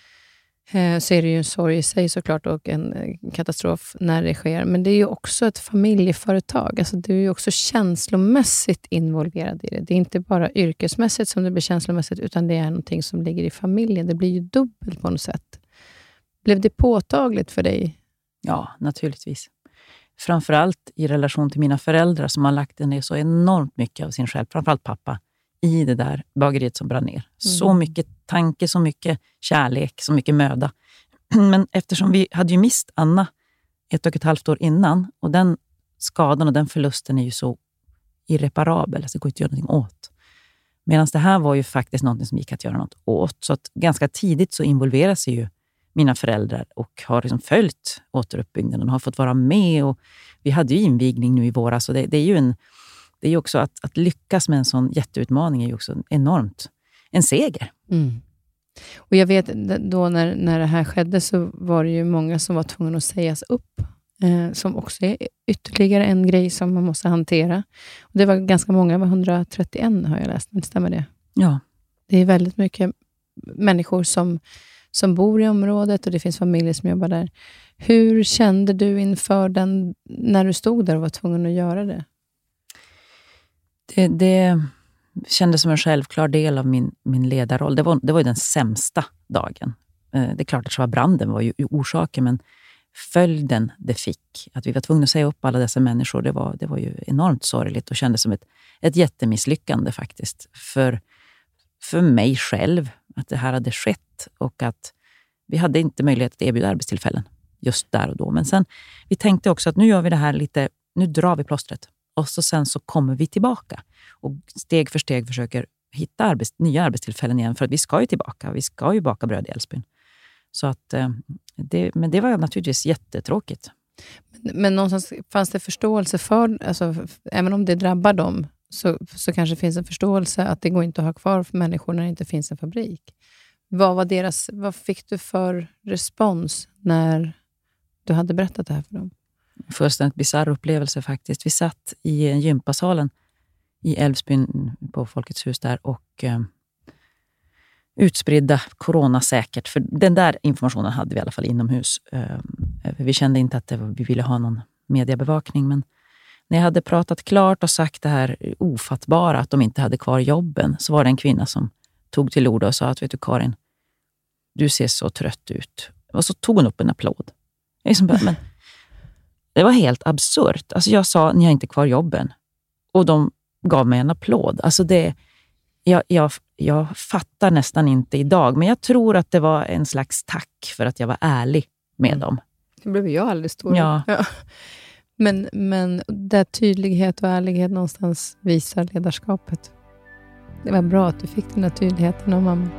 eh, så är det ju en sorg i sig såklart och en eh, katastrof när det sker. Men det är ju också ett familjeföretag. Alltså du är ju också känslomässigt involverad i det. Det är inte bara yrkesmässigt som det blir känslomässigt, utan det är någonting som ligger i familjen. Det blir ju dubbelt på något sätt. Blev det påtagligt för dig? Ja, naturligtvis. Framförallt i relation till mina föräldrar som har lagt ner så enormt mycket av sin själv, framförallt pappa, i det där bageriet som brann ner. Mm. Så mycket tanke, så mycket kärlek, så mycket möda. Men eftersom vi hade ju mist Anna ett och ett halvt år innan, och den skadan och den förlusten är ju så irreparabel, så det går inte att göra någonting åt. Medan det här var ju faktiskt någonting som gick att göra något åt. Så att ganska tidigt så involverar sig ju mina föräldrar och har liksom följt återuppbyggnaden och har fått vara med. Och vi hade ju invigning nu i våras, så det, det är ju en, det är ju också att, att lyckas med en sån jätteutmaning är ju också enormt en seger. Mm. Och jag vet då när, när det här skedde så var det ju många som var tvungna att sägas upp. Eh, som också är ytterligare en grej som man måste hantera. Och det var ganska många, det var hundratrettioen har jag läst, men stämmer det? Ja. Det är väldigt mycket människor som som bor i området och det finns familjer som jobbar där. Hur kände du inför den när du stod där och var tvungen att göra det? Det, det kändes som en självklar del av min, min ledarroll. Det var, det var ju den sämsta dagen. Det är klart att själva branden var ju orsaken, men följden det fick, att vi var tvungna att säga upp alla dessa människor, det var, det var ju enormt sorgligt och kändes som ett, ett jättemisslyckande faktiskt. För, för mig själv, att det här hade skett och att vi hade inte möjlighet att erbjuda arbetstillfällen just där och då. Men sen, vi tänkte också att nu gör vi det här lite, nu drar vi plåstret och så sen så kommer vi tillbaka och steg för steg försöker hitta arbets, nya arbetstillfällen igen, för att vi ska ju tillbaka, vi ska ju baka bröd i Älvsbyn. Så att, det, men det var naturligtvis jättetråkigt. Men, men någonstans fanns det förståelse för, alltså, även om det drabbar dem, så, så kanske finns en förståelse att det går inte att ha kvar för människor när det inte finns en fabrik. Vad var deras, vad fick du för respons när du hade berättat det här för dem? Fullständigt bizarr upplevelse faktiskt. Vi satt i gympasalen i Älvsbyn på Folkets hus där och eh, utspridda coronasäkert. För den där informationen hade vi i alla fall inomhus. Eh, vi kände inte att det var, vi ville ha någon mediebevakning, men när jag hade pratat klart och sagt det här ofattbara att de inte hade kvar jobben, så var det en kvinna som tog till ord och sa att, vet du Karin, du ser så trött ut. Och så tog hon upp en applåd. Jag liksom bara, men det var helt absurt. Alltså jag sa, ni har inte kvar jobben. Och de gav mig en applåd. Alltså det, jag, jag, jag fattar nästan inte idag, men jag tror att det var en slags tack för att jag var ärlig med mm. dem. Det blev jag alldeles stor. Ja. ja. Men, men där tydlighet och ärlighet någonstans visar ledarskapet. Det var bra att du fick den här tydligheten av mamma.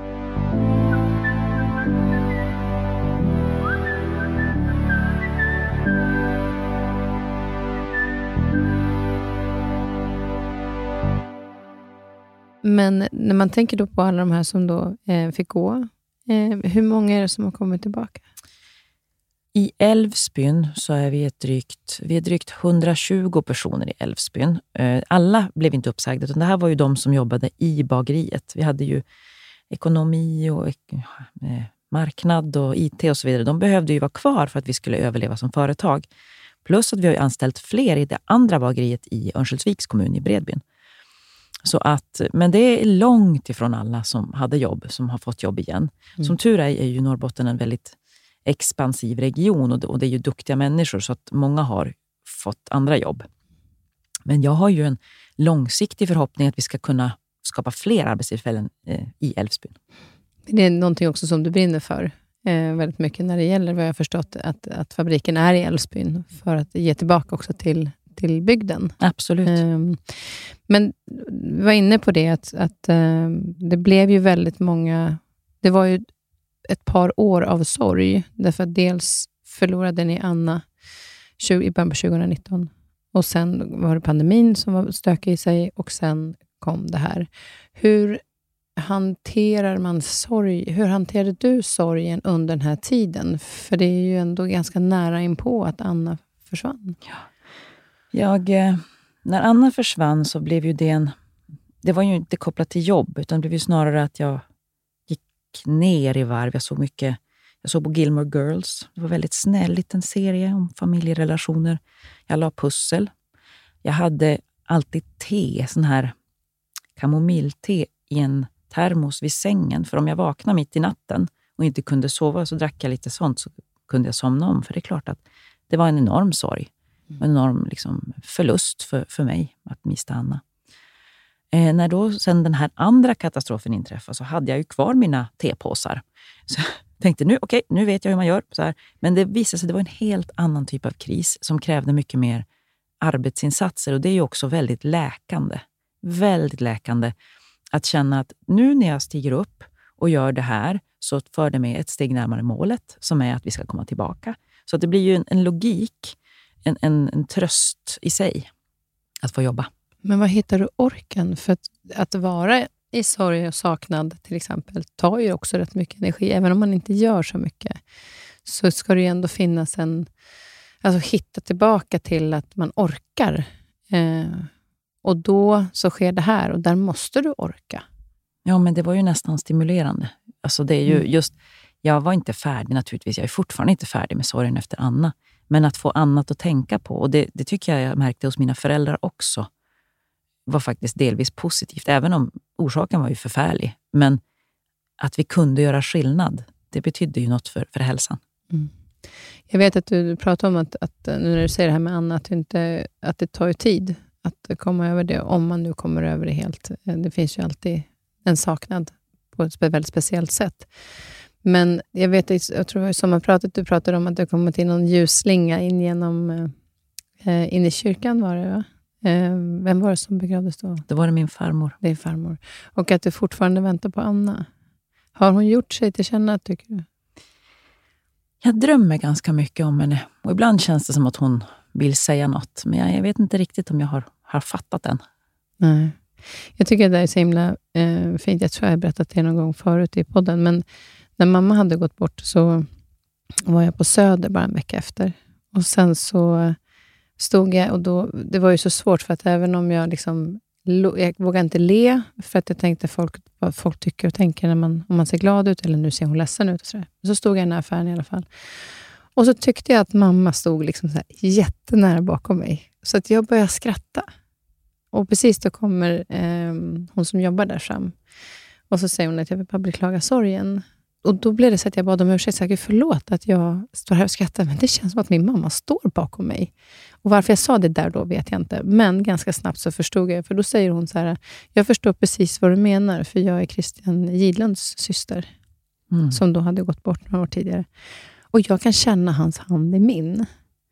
Men när man tänker då på alla de här som då eh, fick gå, eh, hur många är det som har kommit tillbaka? I Älvsbyn så är vi ett drygt, vi är drygt hundratjugo personer i Älvsbyn. Alla blev inte uppsagda, utan det här var ju de som jobbade i bageriet. Vi hade ju ekonomi och marknad och I T och så vidare. De behövde ju vara kvar för att vi skulle överleva som företag. Plus att vi har ju anställt fler i det andra bageriet i Örnsköldsviks kommun i Bredbyn. Så att, men det är långt ifrån alla som hade jobb, som har fått jobb igen. Mm. Som tur är, är ju Norrbotten en väldigt expansiv region och det, och det är ju duktiga människor, så att många har fått andra jobb. Men jag har ju en långsiktig förhoppning att vi ska kunna skapa fler arbetstillfällen eh, i Älvsbyn. Det är någonting också som du brinner för eh, väldigt mycket när det gäller vad jag har förstått att, att fabriken är i Älvsbyn för att ge tillbaka också till, till bygden. Absolut. Eh, men vi var inne på det att, att eh, det blev ju väldigt många, det var ju ett par år av sorg därför att dels förlorade ni Anna tjugo, i början på tjugonitton och sen var det pandemin som var stökig i sig och sen kom det här. Hur hanterar man sorg? Hur hanterade du sorgen under den här tiden? För det är ju ändå ganska nära inpå att Anna försvann. Ja. Jag, när Anna försvann så blev ju det en... Det var ju inte kopplat till jobb utan det blev ju snarare att jag gick ner i varv. Jag såg mycket... Jag såg på Gilmore Girls. Det var väldigt snäll liten serie om familjerelationer. Jag la pussel. Jag hade alltid te, sån här kamomillte i en termos vid sängen. För om jag vaknade mitt i natten och inte kunde sova så drack jag lite sånt så kunde jag somna om. För det är klart att det var en enorm sorg. En enorm liksom, förlust för, för mig att mista Anna. Eh, när då sen den här andra katastrofen inträffade så hade jag ju kvar mina tepåsar. Så jag tänkte nu, okej, okay, nu vet jag hur man gör. Så här. Men det visade sig att det var en helt annan typ av kris som krävde mycket mer arbetsinsatser. Och det är ju också väldigt läkande. Väldigt läkande att känna att nu när jag stiger upp och gör det här så för det med ett steg närmare målet som är att vi ska komma tillbaka. Så att det blir ju en, en logik, en, en, en tröst i sig att få jobba. Men vad hittar du orken? För att, att vara i sorg och saknad till exempel tar ju också rätt mycket energi. Även om man inte gör så mycket så ska det ju ändå finnas en... Alltså hitta tillbaka till att man orkar. Eh, och då så sker det här och där måste du orka. Ja, men det var ju nästan stimulerande. Alltså det är ju mm. just... Jag var inte färdig naturligtvis. Jag är fortfarande inte färdig med sorgen efter Anna. Men att få annat att tänka på. Och det, det tycker jag jag märkte hos mina föräldrar också. Var faktiskt delvis positivt. Även om orsaken var ju förfärlig. Men att vi kunde göra skillnad. Det betydde ju något för, för hälsan. Mm. Jag vet att du pratar om att, att nu när du säger det här med Anna. Att, inte, att det tar ju tid att komma över det. Om man nu kommer över det helt. Det finns ju alltid en saknad. På ett väldigt speciellt sätt. Men jag vet, jag tror som man pratat, du pratade om att det kommit in någon ljusslinga in genom eh, in i kyrkan var det va? Eh, vem var det som begravdes då? Det var det min farmor. Det är farmor. Och att du fortfarande väntar på Anna. Har hon gjort sig till känna, tycker du? Jag drömmer ganska mycket om henne. Och ibland känns det som att hon vill säga något. Men jag, jag vet inte riktigt om jag har, har fattat den. Nej. Jag tycker att det är så himla eh, fint. Jag tror jag har berättat det någon gång förut i podden. Men när mamma hade gått bort så var jag på Söder bara en vecka efter. Och sen så stod jag och då, det var ju så svårt för att även om jag liksom, jag vågade inte le för att jag tänkte folk, vad folk tycker och tänker när man, om man ser glad ut eller nu ser hon ledsen ut och sådär. Så stod jag i den här affären i alla fall. Och så tyckte jag att mamma stod liksom så här jättenära bakom mig. Så att jag började skratta. Och precis då kommer eh, hon som jobbar där fram. Och så säger hon att jag vill bara beklaga sorgen. Och då blev det så att jag bad om ursäkt. Så jag, förlåt att jag står här och skrattar. Men det känns som att min mamma står bakom mig. Och varför jag sa det där då vet jag inte. Men ganska snabbt så förstod jag. För då säger hon så här. Jag förstår precis vad du menar. För jag är Christian Gidlunds syster. Mm. Som då hade gått bort några år tidigare. Och jag kan känna hans hand i min.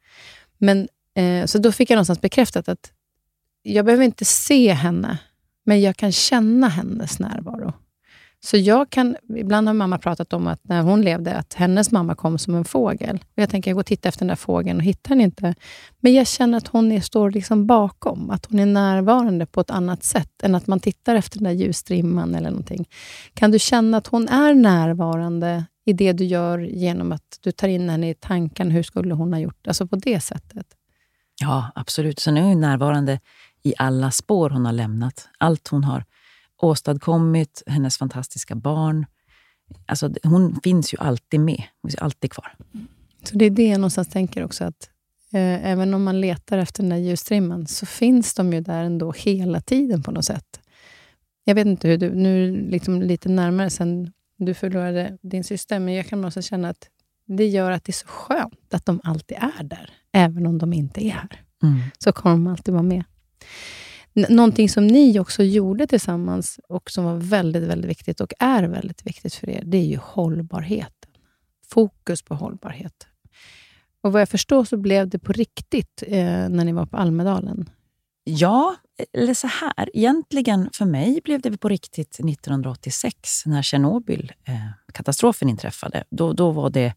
Men eh, så då fick jag någonstans bekräftat att jag behöver inte se henne, men jag kan känna hennes närvaro. Så jag kan, ibland har mamma pratat om att när hon levde, att hennes mamma kom som en fågel. Och jag tänker, jag går och tittar efter den där fågeln och hittar den inte. Men jag känner att hon är, står liksom bakom, att hon är närvarande på ett annat sätt än att man tittar efter den där ljusstrimman eller någonting. Kan du känna att hon är närvarande i det du gör genom att du tar in henne i tanken, hur skulle hon ha gjort? Alltså på det sättet. Ja, absolut. Så nu är hon närvarande i alla spår hon har lämnat. Allt hon har åstadkommit, hennes fantastiska barn. Alltså hon finns ju alltid med. Hon är alltid kvar. Så det är det jag någonstans tänker också. Att eh, även om man letar efter den där ljusstrimman så finns de ju där ändå hela tiden på något sätt. Jag vet inte hur du, nu liksom lite närmare sen du förlorade din syster. Men jag kan också känna att det gör att det är så skönt att de alltid är där. Även om de inte är här. Mm. Så kommer de alltid vara med. N- någonting som ni också gjorde tillsammans och som var väldigt, väldigt viktigt och är väldigt viktigt för er, det är ju hållbarheten. Fokus på hållbarhet. Och vad jag förstår så blev det på riktigt eh, när ni var på Almedalen. Ja, eller så här. Egentligen för mig blev det på riktigt nittonhundraåttiosex när Tjernobyl-katastrofen eh, inträffade. Då, då var det...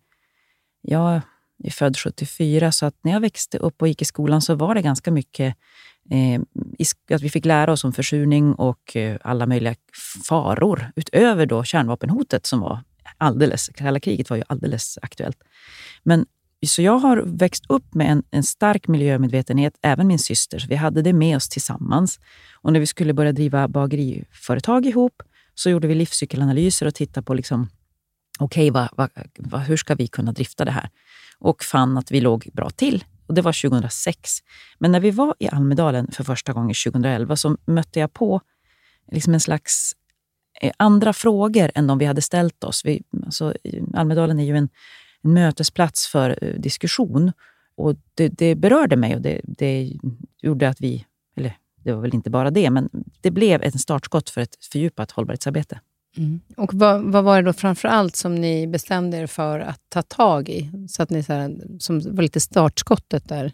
Jag är född sjuttiofyra, så att när jag växte upp och gick i skolan så var det ganska mycket eh, att vi fick lära oss om försurning och eh, alla möjliga faror utöver då kärnvapenhotet som var alldeles... Kalla kriget var ju alldeles aktuellt. Men så jag har växt upp med en, en stark miljömedvetenhet, även min syster. Så vi hade det med oss tillsammans. Och när vi skulle börja driva bageriföretag ihop så gjorde vi livscykelanalyser och tittade på liksom, okej, okay, vad, vad, vad, hur ska vi kunna drifta det här? Och fann att vi låg bra till. Och det var tjugohundrasex. Men när vi var i Almedalen för första gången tjugohundraelva så mötte jag på liksom en slags eh, andra frågor än de vi hade ställt oss. Vi, alltså, Almedalen är ju en en mötesplats för diskussion. Och det, det berörde mig och det, det gjorde att vi, eller det var väl inte bara det, men det blev ett startskott för ett fördjupat hållbarhetsarbete. Mm. Och vad, vad var det då framförallt som ni bestämde er för att ta tag i? Så att ni så här, som var lite startskottet där.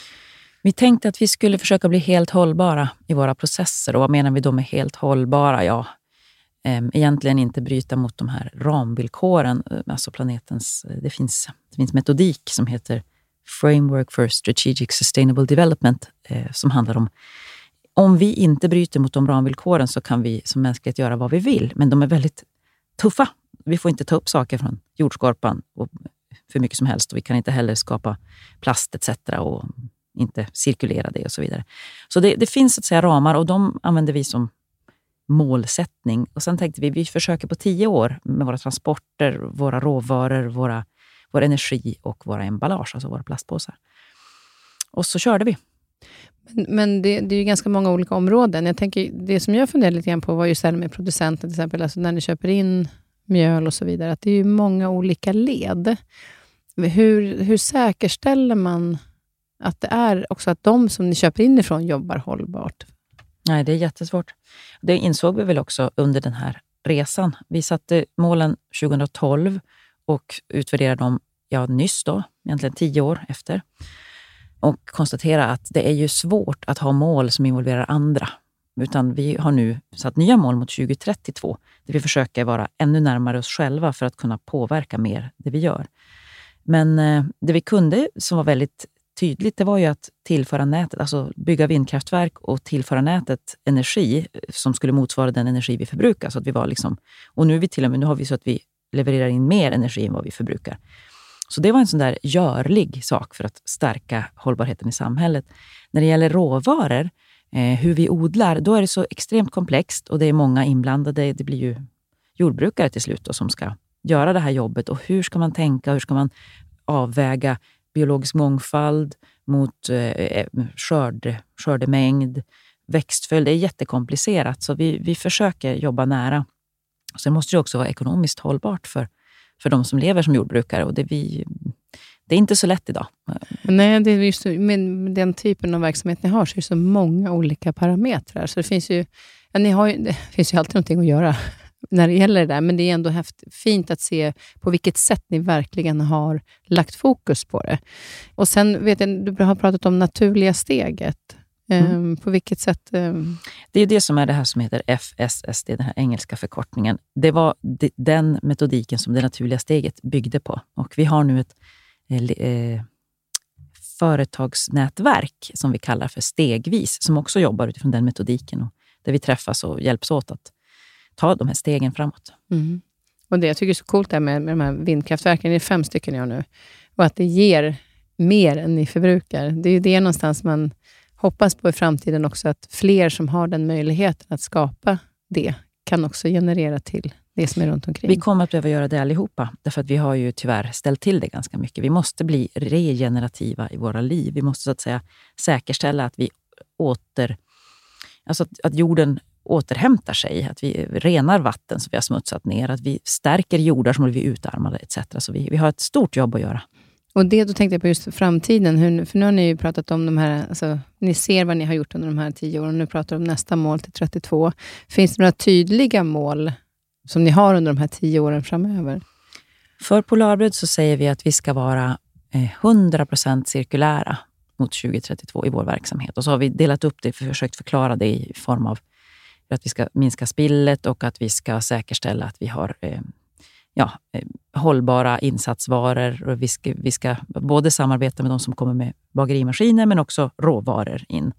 Vi tänkte att vi skulle försöka bli helt hållbara i våra processer. Och vad menar vi då med helt hållbara? Ja, egentligen inte bryta mot de här ramvillkoren, alltså planetens, det finns, det finns metodik som heter Framework for Strategic Sustainable Development, eh, som handlar om om vi inte bryter mot de ramvillkoren så kan vi som mänsklighet göra vad vi vill, men de är väldigt tuffa. Vi får inte ta upp saker från jordskorpan och för mycket som helst och vi kan inte heller skapa plast et cetera och inte cirkulera det och så vidare. Så det, det finns att säga ramar och de använder vi som målsättning. Och sen tänkte vi, vi försöker på tio år med våra transporter, våra råvaror, våra, vår energi och våra emballage, alltså våra plastpåsar. Och så körde vi. Men, men det, det är ju ganska många olika områden. Jag tänker, det som jag funderade lite grann på var ju så här med producenten till exempel, alltså när ni köper in mjöl och så vidare, att det är ju många olika led. Hur, hur säkerställer man att det är också att de som ni köper in ifrån jobbar hållbart? Nej, det är jättesvårt. Det insåg vi väl också under den här resan. Vi satte målen tjugohundratolv och utvärderade dem ja, nyss då, egentligen tio år efter. Och konstatera att det är ju svårt att ha mål som involverar andra. Utan vi har nu satt nya mål mot tjugo trettiotvå där vi försöker vara ännu närmare oss själva för att kunna påverka mer det vi gör. Men eh, det vi kunde som var väldigt tydligt, det var ju att tillföra nätet, alltså bygga vindkraftverk och tillföra nätet energi som skulle motsvara den energi vi förbrukar. Så att vi var liksom, och nu är vi till och med, nu har vi så att vi levererar in mer energi än vad vi förbrukar. Så det var en sån där görlig sak för att stärka hållbarheten i samhället. När det gäller råvaror, eh, hur vi odlar, då är det så extremt komplext och det är många inblandade. Det blir ju jordbrukare till slut då, som ska göra det här jobbet. Och hur ska man tänka, hur ska man avväga biologisk mångfald mot eh, skörd, skördemängd, växtföljd. Det är jättekomplicerat så vi, vi försöker jobba nära. Sen måste det också vara ekonomiskt hållbart för, för de som lever som jordbrukare och det, vi, det är inte så lätt idag. Nej, det är just, med den typen av verksamhet ni har så är det så många olika parametrar. Så det finns ju, ja, ni har ju, det finns ju alltid någonting att göra när det gäller det där, men det är ändå häft, fint att se på vilket sätt ni verkligen har lagt fokus på det. Och sen vet jag, du har pratat om naturliga steget. Mm. Um, på vilket sätt? Um... Det är det som är det här som heter F S S D, den här engelska förkortningen. Det var de, den metodiken som det naturliga steget byggde på. Och vi har nu ett eh, företagsnätverk som vi kallar för Stegvis, som också jobbar utifrån den metodiken och där vi träffas och hjälps åt att ta de här stegen framåt. Mm. Och det jag tycker är så coolt är med, med de här vindkraftverken, det är fem stycken jag nu, och att det ger mer än ni förbrukar. Det är ju det någonstans man hoppas på i framtiden också, att fler som har den möjligheten att skapa det kan också generera till det som är runt omkring. Vi kommer att behöva göra det allihopa, därför att vi har ju tyvärr ställt till det ganska mycket. Vi måste bli regenerativa i våra liv. Vi måste så att säga säkerställa att vi åter, alltså att, att jorden återhämtar sig, att vi renar vatten som vi har smutsat ner, att vi stärker jordar som vi utarmade et cetera. Så vi, vi har ett stort jobb att göra. Och det då tänkte jag på just framtiden. Hur, för nu har ni ju pratat om de här, alltså, ni ser vad ni har gjort under de här tio åren. Nu pratar om nästa mål till trettiotvå. Finns det några tydliga mål som ni har under de här tio åren framöver? För Polarbröd så säger vi att vi ska vara hundra procent cirkulära mot tjugo trettiotvå i vår verksamhet. Och så har vi delat upp det och försökt förklara det i form av att vi ska minska spillet och att vi ska säkerställa att vi har eh, ja, eh, hållbara insatsvaror. Och vi, ska, vi ska både samarbeta med de som kommer med bagerimaskiner men också råvaror in.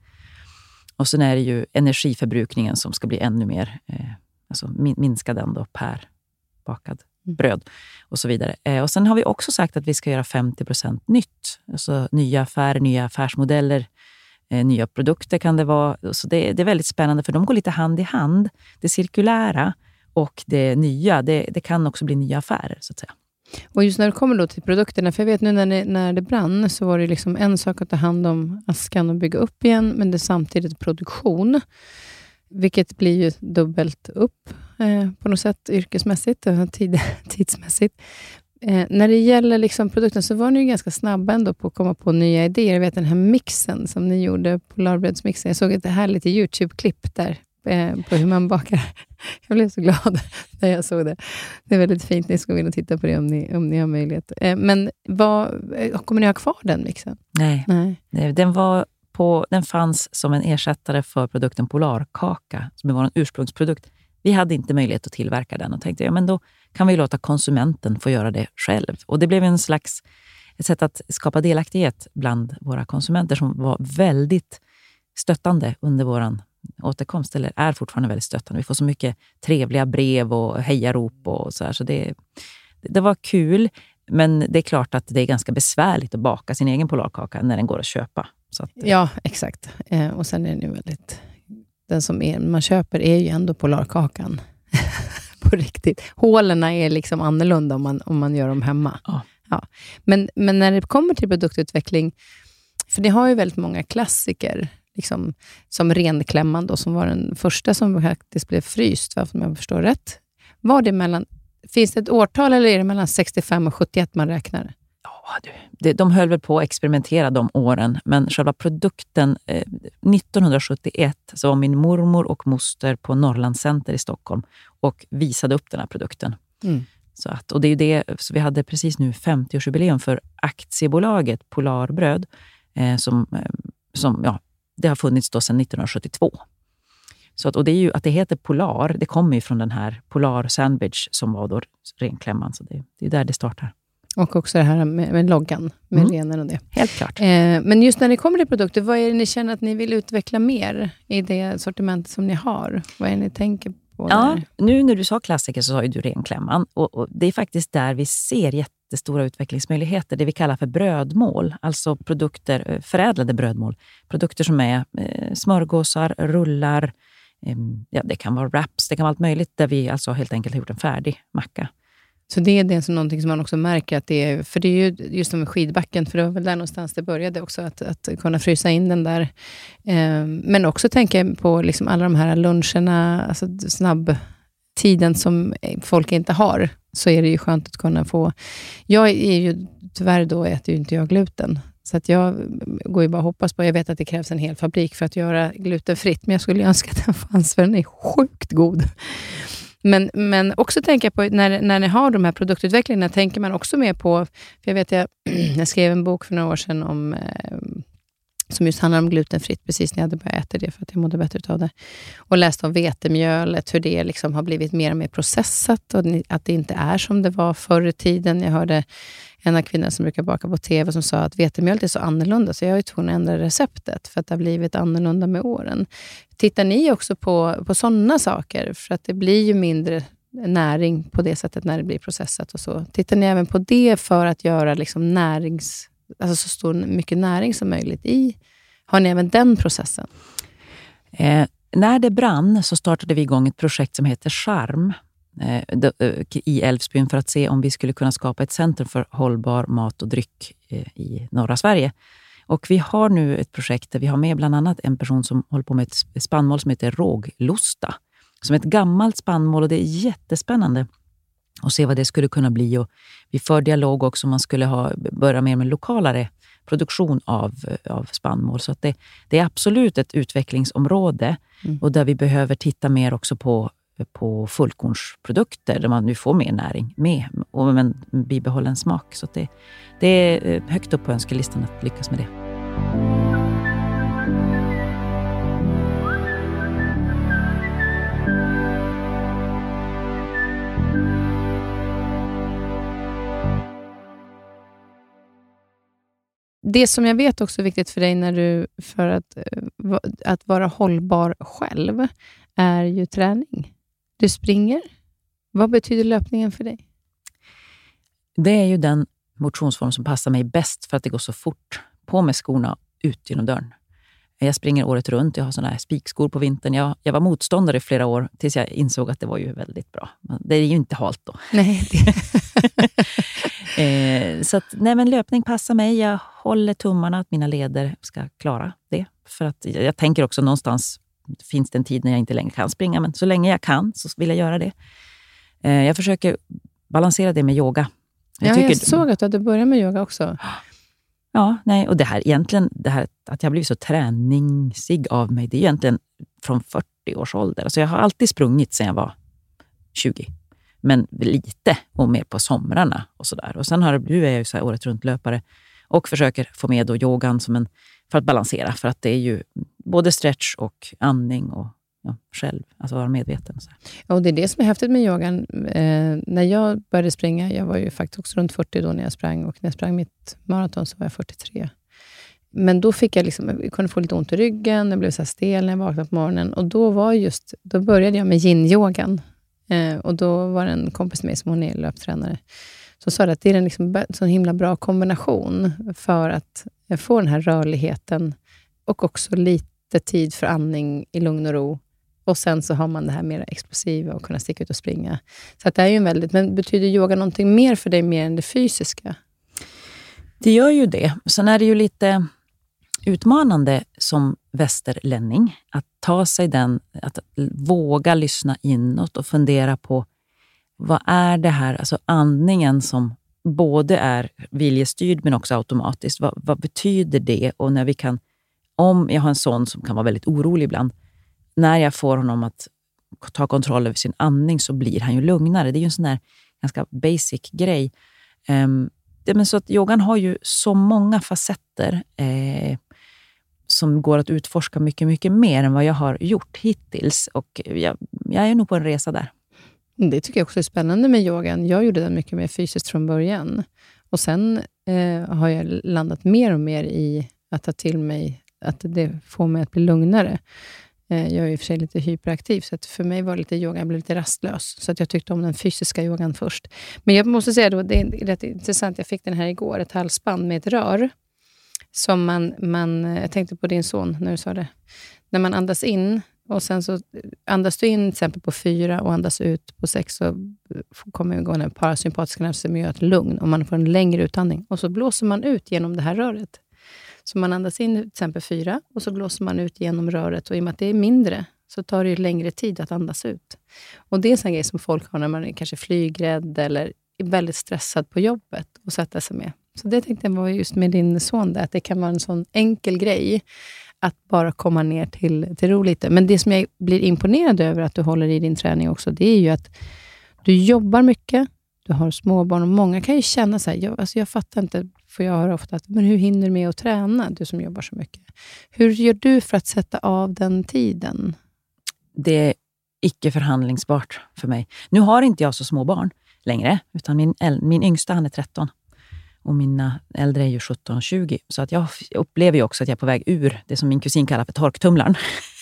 Och sen är det ju energiförbrukningen som ska bli ännu mer, eh, alltså min, minska den då per bakad bröd och så vidare. Eh, och sen har vi också sagt att vi ska göra femtio procent nytt. Alltså nya affärer, nya affärsmodeller, eh, nya produkter kan det vara. Så det, det är väldigt spännande för de går lite hand i hand. Det cirkulära och det nya, det, det kan också bli nya affärer så att säga. Och just när det kommer då till produkterna, för jag vet nu när det, när det brann så var det liksom en sak att ta hand om askan och bygga upp igen, men det är samtidigt produktion. Vilket blir ju dubbelt upp eh, på något sätt yrkesmässigt och tid, tidsmässigt. Eh, när det gäller liksom produkten så var ni ju ganska snabba ändå på att komma på nya idéer. Jag vet den här mixen som ni gjorde, Polarbrödsmixen. Jag såg ett härligt YouTube-klipp där eh, på hur man bakar. Jag blev så glad när jag såg det. Det är väldigt fint. Ni ska gå in och titta på det om ni, om ni har möjlighet. Eh, men vad, kommer ni ha kvar den mixen? Nej, Nej. den var... På, den fanns som en ersättare för produkten Polarkaka, som var en ursprungsprodukt. Vi hade inte möjlighet att tillverka den och tänkte, ja men då kan vi låta konsumenten få göra det själv. Och det blev en slags ett sätt att skapa delaktighet bland våra konsumenter som var väldigt stöttande under våran återkomst, eller är fortfarande väldigt stöttande. Vi får så mycket trevliga brev och hejarop och så här, så det, det var kul. Men det är klart att det är ganska besvärligt att baka sin egen Polarkaka när den går att köpa. Så att, ja, exakt. Eh, och sen är den ju väldigt... Den som är, man köper är ju ändå Polarkakan. På riktigt. Hålen är liksom annorlunda om man, om man gör dem hemma. Ja. Ja. Men, men när det kommer till produktutveckling, för det har ju väldigt många klassiker, liksom, som renklämman då, som var den första som faktiskt blev fryst, varför man förstår rätt. Var det mellan, finns det ett årtal eller är det mellan sextiofem och sjuttioett man räknar? Ja, du, de höll väl på att experimentera de åren, men själva produkten, eh, nittonhundrasjuttioett så var min mormor och moster på Norrlandscenter i Stockholm och visade upp den här produkten. Mm. Så att, och det är ju det, så vi hade precis nu femtioårsjubileum för aktiebolaget Polarbröd, eh, som, eh, som ja, det har funnits då sedan nittonhundrasjuttiotvå. Så att, och det är ju att det heter Polar, det kommer ju från den här Polar Sandwich som var då renklämman, så det, det är där det startar. Och också det här med, med loggan, med mm. renen och det. Helt klart. Eh, men just när det kommer till produkter, vad är det ni känner att ni vill utveckla mer i det sortiment som ni har? Vad är det ni tänker på ja, där? Nu när du sa klassiker så sa ju du renklämman. Och, och det är faktiskt där vi ser jättestora utvecklingsmöjligheter. Det vi kallar för brödmål. Alltså produkter, förädlade brödmål. Produkter som är eh, smörgåsar, rullar. Eh, ja, det kan vara wraps, det kan vara allt möjligt. Där vi alltså helt enkelt har gjort en färdig macka. Så det är det som någonting som man också märker att det är, för det är ju just med skidbacken, för det var väl där någonstans det började också, att, att kunna frysa in den där. Eh, men också tänka på liksom alla de här luncherna, alltså snabbtiden som folk inte har, så är det ju skönt att kunna få. Jag är ju, tyvärr då äter ju inte jag gluten. Så att jag går ju bara och hoppas på, jag vet att det krävs en hel fabrik för att göra glutenfritt, men jag skulle önska att den fanns, för den är sjukt god. Men, men också tänka på, när, när ni har de här produktutvecklingarna, tänker man också mer på, för jag vet jag, jag skrev en bok för några år sedan om, eh, som just handlar om glutenfritt, precis när jag hade börjat äta det för att jag mådde bättre av det. Och läste om vetemjölet, hur det liksom har blivit mer och mer processat och att det inte är som det var förr i tiden. Jag hörde en av kvinnorna som brukar baka på tv som sa att vetemjölet är så annorlunda, så jag har ju tvungen att ändra receptet för att det har blivit annorlunda med åren. Tittar ni också på, på sådana saker? För att det blir ju mindre näring på det sättet när det blir processat och så. Tittar ni även på det för att göra liksom närings, alltså så stor mycket näring som möjligt i? Har ni även den processen? Eh, när det brann så startade vi igång ett projekt som heter Charm eh, d- i Älvsbyn för att se om vi skulle kunna skapa ett centrum för hållbar mat och dryck eh, i norra Sverige. Och vi har nu ett projekt där vi har med bland annat en person som håller på med ett spannmål som heter råglosta. Som är ett gammalt spannmål, och det är jättespännande och se vad det skulle kunna bli. Och vi för dialog också om man skulle ha, börja mer med lokalare produktion av, av spannmål. Så att det, det är absolut ett utvecklingsområde mm. och där vi behöver titta mer också på, på fullkornsprodukter där man nu får mer näring med och med en bibehållen smak. Så att det, det är högt upp på önskelistan att lyckas med det. Det som jag vet också är viktigt för dig när du, för att, att vara hållbar själv är ju träning. Du springer. Vad betyder löpningen för dig? Det är ju den motionsform som passar mig bäst för att det går så fort. På med skorna ut genom dörren. Jag springer året runt. Jag har såna här spikskor på vintern. Jag, jag var motståndare i flera år tills jag insåg att det var ju väldigt bra. Det är ju inte halt då. Nej. eh, så att, nej men löpning passar mig. Jag håller tummarna att mina leder ska klara det. För att jag, jag tänker också någonstans finns det en tid när jag inte längre kan springa. Men så länge jag kan så vill jag göra det. Eh, jag försöker balansera det med yoga. Jag, ja, tycker, jag såg att du började med yoga också. Ja, nej, och det här egentligen, det här att jag blivit så träningsig av mig, det är egentligen från fyrtio års ålder. Alltså jag har alltid sprungit sedan jag var tjugo. Men lite och mer på somrarna och sådär. Och sen har det blivit jag ju så här året runt löpare och försöker få med då yogan som en, för att balansera. För att det är ju både stretch och andning och ja, själv, alltså vara medveten. Så. Ja, och det är det som är häftigt med yogan. Eh, när jag började springa, jag var ju faktiskt också runt fyrtio då när jag sprang. Och när jag sprang mitt maraton så var jag fyrtiotre. Men då fick jag liksom, jag kunde få lite ont i ryggen, jag blev så här stel när jag vaknade på morgonen. Och då var just, då började jag med yin-yogan. Eh, och då var det en kompis med mig som hon är löptränare. Så sa det att det är en liksom så himla bra kombination för att få den här rörligheten och också lite tid för andning i lugn och ro. Och sen så har man det här mer explosiva och kunna sticka ut och springa. Så att det är ju en väldigt... Men betyder yoga någonting mer för dig mer än det fysiska? Det gör ju det. Sen är det ju lite utmanande som västerlänning att ta sig den, att våga lyssna inåt och fundera på vad är det här, alltså andningen som både är viljestyrd men också automatiskt. Vad, vad betyder det? Och när vi kan, om jag har en son som kan vara väldigt orolig ibland, när jag får honom att ta kontroll över sin andning så blir han ju lugnare. Det är ju en sån där ganska basic grej. Um, det, men så att yogan har ju så många facetter eh, som går att utforska mycket, mycket mer än vad jag har gjort hittills. Och jag, jag är nog på en resa där. Det tycker jag också är spännande med yogan. Jag gjorde den mycket mer fysiskt från början. Och sen eh, har jag landat mer och mer i att ta till mig, att det får mig att bli lugnare. Jag är i och för sig lite hyperaktiv, så att för mig var det lite yoga, jag blev lite rastlös. Så att jag tyckte om den fysiska yogan först. Men jag måste säga då, det är rätt intressant, jag fick den här igår, ett halsband med ett rör. Som man, man, jag tänkte på din son när du sa det. När man andas in, och sen så andas du in till exempel på fyra och andas ut på sex, så kommer igång den parasympatiska nerven som gör ett lugn. Och man får en längre utandning. Och så blåser man ut genom det här röret. Så man andas in till exempel fyra och så blåser man ut genom röret. Och i och med att det är mindre så tar det ju längre tid att andas ut. Och det är en sån grej som folk har när man är kanske flygrädd eller är väldigt stressad på jobbet och sätta sig med. Så det tänkte jag var just med din son där, att det kan vara en sån enkel grej att bara komma ner till, till ro lite. Men det som jag blir imponerad över att du håller i din träning också, det är ju att du jobbar mycket. Du har småbarn och många kan ju känna så här, jag, alltså jag fattar inte, för jag hör ofta att, men hur hinner du med att träna, du som jobbar så mycket? Hur gör du för att sätta av den tiden? Det är icke förhandlingsbart för mig. Nu har inte jag så små barn längre, utan min, min yngsta han är tretton. Och mina äldre är ju sjutton och tjugo. Så att jag upplever ju också att jag är på väg ur det som min kusin kallar för torktumlaren.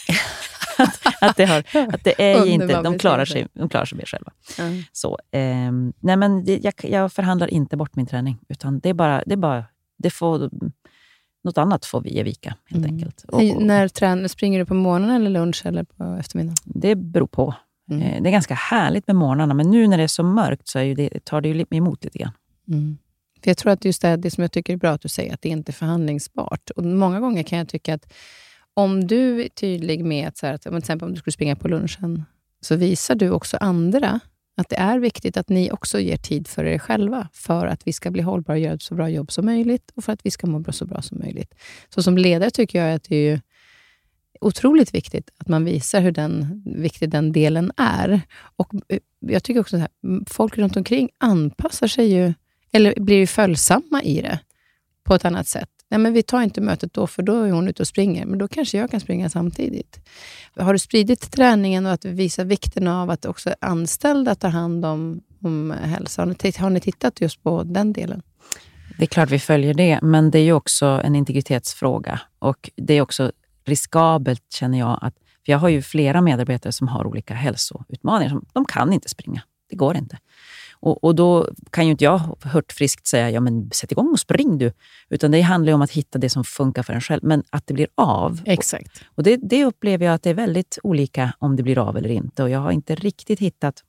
att, att, det har, att det är ju inte, de klarar sig, de klarar sig mer själva. Mm. Så, eh, nej men det, jag, jag förhandlar inte bort min träning, utan det är bara, det är bara, det får, något annat får vi ge vika helt mm. enkelt. Och, och, När tränar, springer du på morgonen eller lunch eller på eftermiddagen? Det beror på. Mm. Eh, det är ganska härligt med morgnarna, men nu när det är så mörkt så är ju det, tar det ju emot lite grann. Mm. För jag tror att just det, det som jag tycker är bra att du säger, att det inte är förhandlingsbart. Och många gånger kan jag tycka att om du är tydlig med att, så här, att till exempel om du skulle springa på lunchen, så visar du också andra Att det är viktigt att ni också ger tid för er själva för att vi ska bli hållbara och göra ett så bra jobb som möjligt och för att vi ska må så bra som möjligt. Så som ledare tycker jag att det är ju otroligt viktigt att man visar hur den, viktig den delen är. Och jag tycker också att folk runt omkring anpassar sig ju, eller blir ju följsamma i det på ett annat sätt. Nej, men vi tar inte mötet då, för då är hon ute och springer. Men då kanske jag kan springa samtidigt. Har du spridit träningen och att visa vikten av att också anställda tar hand om, om hälsa? Har ni, har ni tittat just på den delen? Det är klart vi följer det, men det är ju också en integritetsfråga. Och det är också riskabelt, känner jag. Att, för jag har ju flera medarbetare som har olika hälsoutmaningar. Som, de kan inte springa. Det går inte. Och, och då kan ju inte jag hört friskt säga, ja men sätt igång och spring du. Utan det handlar ju om att hitta det som funkar för en själv. Men att det blir av. Exakt. Och, och det, det upplever jag att det är väldigt olika om det blir av eller inte. Och jag har inte riktigt hittat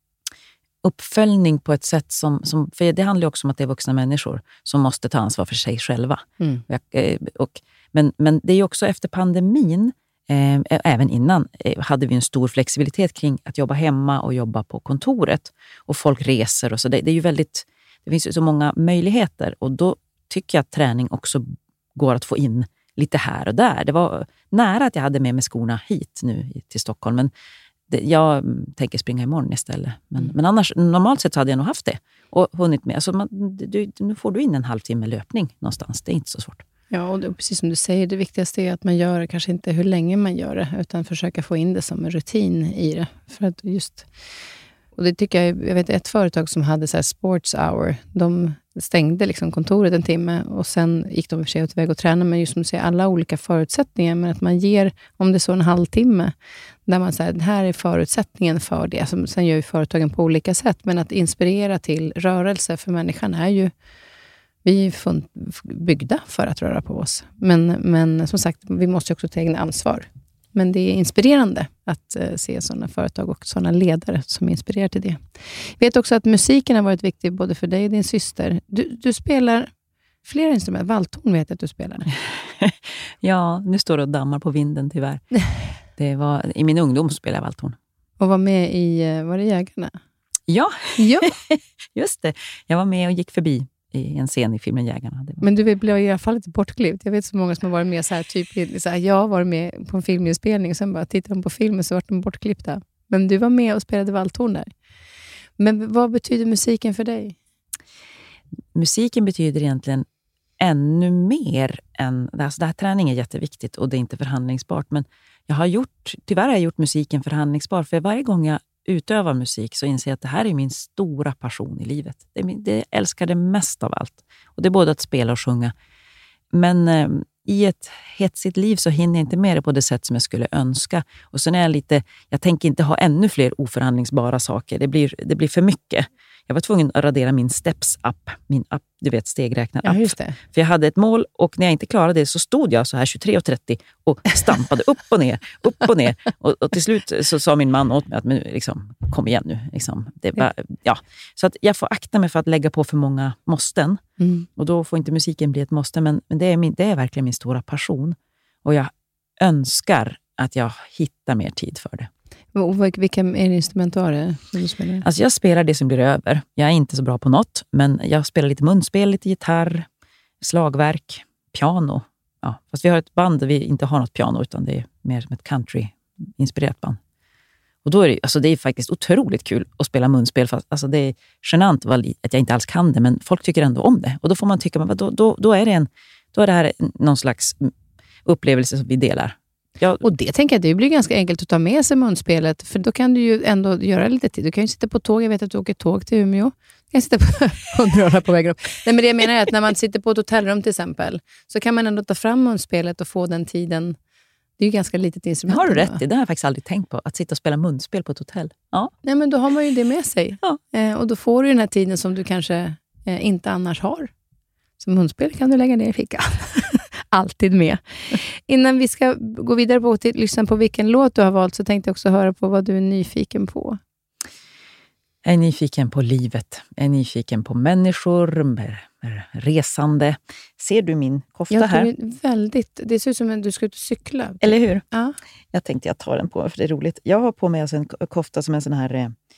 uppföljning på ett sätt som, som för det handlar ju också om att det är vuxna människor som måste ta ansvar för sig själva. Mm. Och, och, men, men det är ju också efter pandemin, eh, även innan, eh, hade vi en stor flexibilitet kring att jobba hemma och jobba på kontoret. Och folk reser och så. Det, det är ju väldigt, det finns ju så många möjligheter. Och då tycker jag att träning också går att få in lite här och där. Det var nära att jag hade med mig skorna hit nu till Stockholm, men det, jag tänker springa imorgon istället. Men, mm. men annars, normalt sett så hade jag nog haft det. Och hunnit med. Alltså man, du, nu får du in en halvtimme löpning någonstans. Det är inte så svårt. Ja, och det, precis som du säger, det viktigaste är att man gör det, kanske inte hur länge man gör det, utan försöka få in det som en rutin i det. För att just, och det tycker jag, jag vet ett företag som hade så här sports hour, de stängde liksom kontoret en timme och sen gick de för sig ut iväg och träna, men just som du säger, alla olika förutsättningar, men att man ger, om det är så en halvtimme, där man säger, här är förutsättningen för det. Alltså, sen gör ju företagen på olika sätt, men att inspirera till rörelse för människan är ju, vi är fun- byggda för att röra på oss. Men, men som sagt, vi måste också ta egna ansvar. Men det är inspirerande att uh, se sådana företag och sådana ledare som inspirerar till det. Jag vet också att musiken har varit viktig både för dig och din syster. Du, du spelar flera instrument. Valthorn vet jag att du spelar. Ja, nu står det och dammar på vinden tyvärr. Det var, i min ungdom spelade jag valthorn. Och var med i, var det Jägarna? Ja, ja. Just det. Jag var med och gick förbi i en scen i filmen Jägarna. Det var... Men du blev i alla fall lite bortklippt. Jag vet så många som har varit med så här, typ, så här, jag har varit med på en filminspelning och sen bara tittade de på filmen så var de bortklippta. Men du var med och spelade valthorn där. Men vad betyder musiken för dig? Musiken betyder egentligen ännu mer än... Alltså det här träning är jätteviktigt och det är inte förhandlingsbart. Men jag har gjort, tyvärr har jag gjort musiken förhandlingsbar. För varje gång jag utövar musik så inser jag att det här är min stora passion i livet. Det, är min, det jag älskar det mest av allt. Och det är både att spela och sjunga. Men eh, i ett hetsigt liv så hinner jag inte med det på det sätt som jag skulle önska. Och sen är jag lite... Jag tänker inte ha ännu fler oförhandlingsbara saker. Det blir, det blir för mycket. Jag var tvungen att radera min Steps-app. Min app, du vet, stegräknar-app. Ja, just det. För jag hade ett mål och när jag inte klarade det så stod jag så här tjugotre och trettio och stampade upp och ner, upp och ner. Och, och till slut så sa min man åt mig att men, liksom, kom igen nu. Liksom. Det var, ja. Så att jag får akta mig för att lägga på för många måsten. Mm. Och då får inte musiken bli ett måste. Men, men det, är min, det är verkligen min stora passion. Och jag önskar att jag hittar mer tid för det. Och vilka är det instrument du har det, som du spelar? Alltså jag spelar det som blir över. Jag är inte så bra på något, men jag spelar lite munspel, lite gitarr, slagverk, piano. Ja, fast vi har ett band där vi inte har något piano utan det är mer som ett country-inspirerat band. Och då är det, alltså det är faktiskt otroligt kul att spela munspel. Fast, alltså det är genant att jag inte alls kan det, men folk tycker ändå om det. Och då får man tycka, men då, då, då, är, det en, då är det här någon slags upplevelse som vi delar. Jag... Och det tänker jag, det blir ganska enkelt att ta med sig munspelet, för då kan du ju ändå göra lite tid. Du kan ju sitta på tåg, jag vet att du åker tåg till Umeå. Du kan sitta på hundra på vägen upp. Nej, men det jag menar är att när man sitter på ett hotellrum till exempel, så kan man ändå ta fram munspelet och få den tiden. Det är ju ganska litet instrument. Har du rätt i, det har jag faktiskt aldrig tänkt på, att sitta och spela munspel på ett hotell. Ja. Nej, men då har man ju det med sig. Ja. Eh, och då får du den här tiden som du kanske eh, inte annars har. Så munspel kan du lägga ner i fickan. Alltid med. Innan vi ska gå vidare på att lyssna på vilken låt du har valt, så tänkte jag också höra på vad du är nyfiken på. Jag är nyfiken på livet. Jag är nyfiken på människor, resande. Ser du min kofta jag här? Väldigt, det ser ut som att du ska ut och cykla. Eller hur? Ja. Jag tänkte jag tar den på mig för det är roligt. Jag har på mig alltså en kofta som en sån här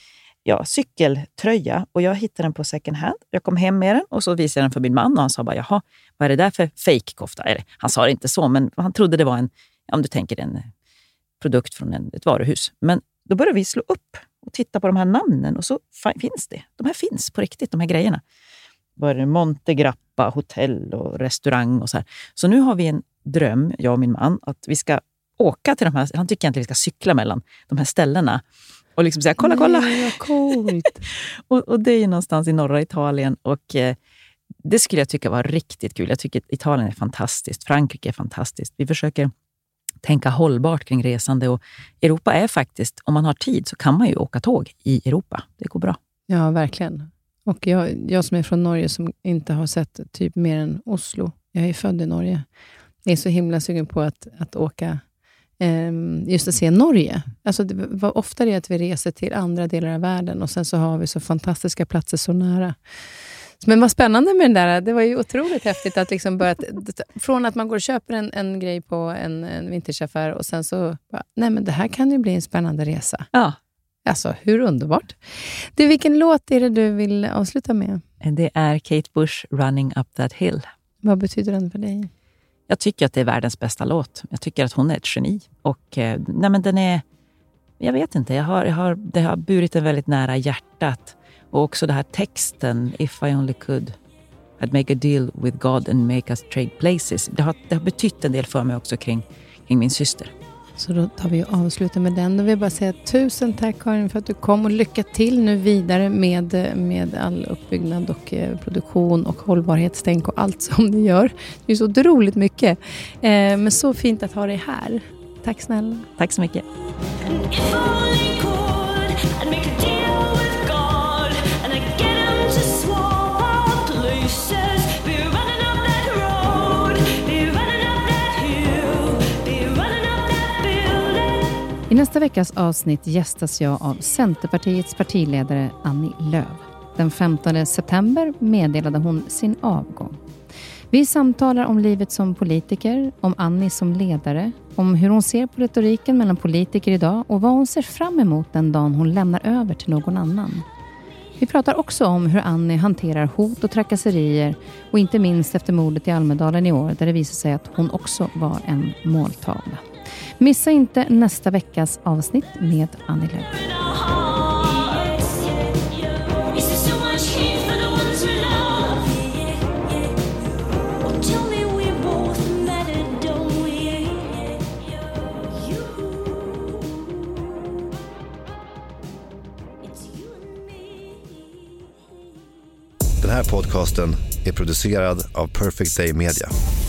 ja, cykeltröja och jag hittade den på second hand. Jag kom hem med den och så visade jag den för min man och han sa bara, jaha, vad är det där för fake-kofta? Eller, han sa det inte så, men han trodde det var en, om du tänker en produkt från en, ett varuhus. Men då började vi slå upp och titta på de här namnen och så finns det. De här finns på riktigt, de här grejerna. Var Monte Grappa, hotell och restaurang och så här. Så nu har vi en dröm, jag och min man, att vi ska åka till de här, han tycker inte att vi ska cykla mellan de här ställena och liksom säga, kolla, kolla. Nej, vad coolt. och, och det är ju någonstans i norra Italien och eh, det skulle jag tycka var riktigt kul. Jag tycker att Italien är fantastiskt, Frankrike är fantastiskt. Vi försöker tänka hållbart kring resande och Europa är faktiskt, om man har tid så kan man ju åka tåg i Europa. Det går bra. Ja, verkligen. Och jag, jag som är från Norge som inte har sett typ mer än Oslo. Jag är född i Norge. Jag är så himla sugen på att, att åka eh, just att se Norge. Alltså det var ofta det att vi reser till andra delar av världen och sen så har vi så fantastiska platser så nära. Men vad spännande med den där, det var ju otroligt häftigt att liksom börja, från att man går och köper en, en grej på en, en vintageaffär och sen så, bara, nej men det här kan ju bli en spännande resa. Ja. Alltså, hur underbart. Du, vilken låt är det du vill avsluta med? Det är Kate Bush, Running Up That Hill. Vad betyder den för dig? Jag tycker att det är världens bästa låt. Jag tycker att hon är ett geni. Och eh, nej men den är, jag vet inte, jag har, jag har, det har burit en väldigt nära hjärtat. Och också den här texten, If I only could, I'd make a deal with God and make us trade places. Det har, det har betytt en del för mig också kring, kring min syster. Så då tar vi och avslutar med den. Då vill jag bara säga tusen tack Karin för att du kom och lycka till nu vidare med, med all uppbyggnad och eh, produktion och hållbarhetstänk och allt som ni gör. Det är så otroligt mycket. Eh, men så fint att ha dig här. Tack snälla. Tack så mycket. I nästa veckas avsnitt gästas jag av Centerpartiets partiledare Annie Lööf. Den femtonde september meddelade hon sin avgång. Vi samtalar om livet som politiker, om Annie som ledare, om hur hon ser på retoriken mellan politiker idag och vad hon ser fram emot den dagen hon lämnar över till någon annan. Vi pratar också om hur Annie hanterar hot och trakasserier och inte minst efter mordet i Almedalen i år där det visar sig att hon också var en måltavla. Missa inte nästa veckas avsnitt med Annie Lööf. Den här podcasten är producerad av Perfect Day Media.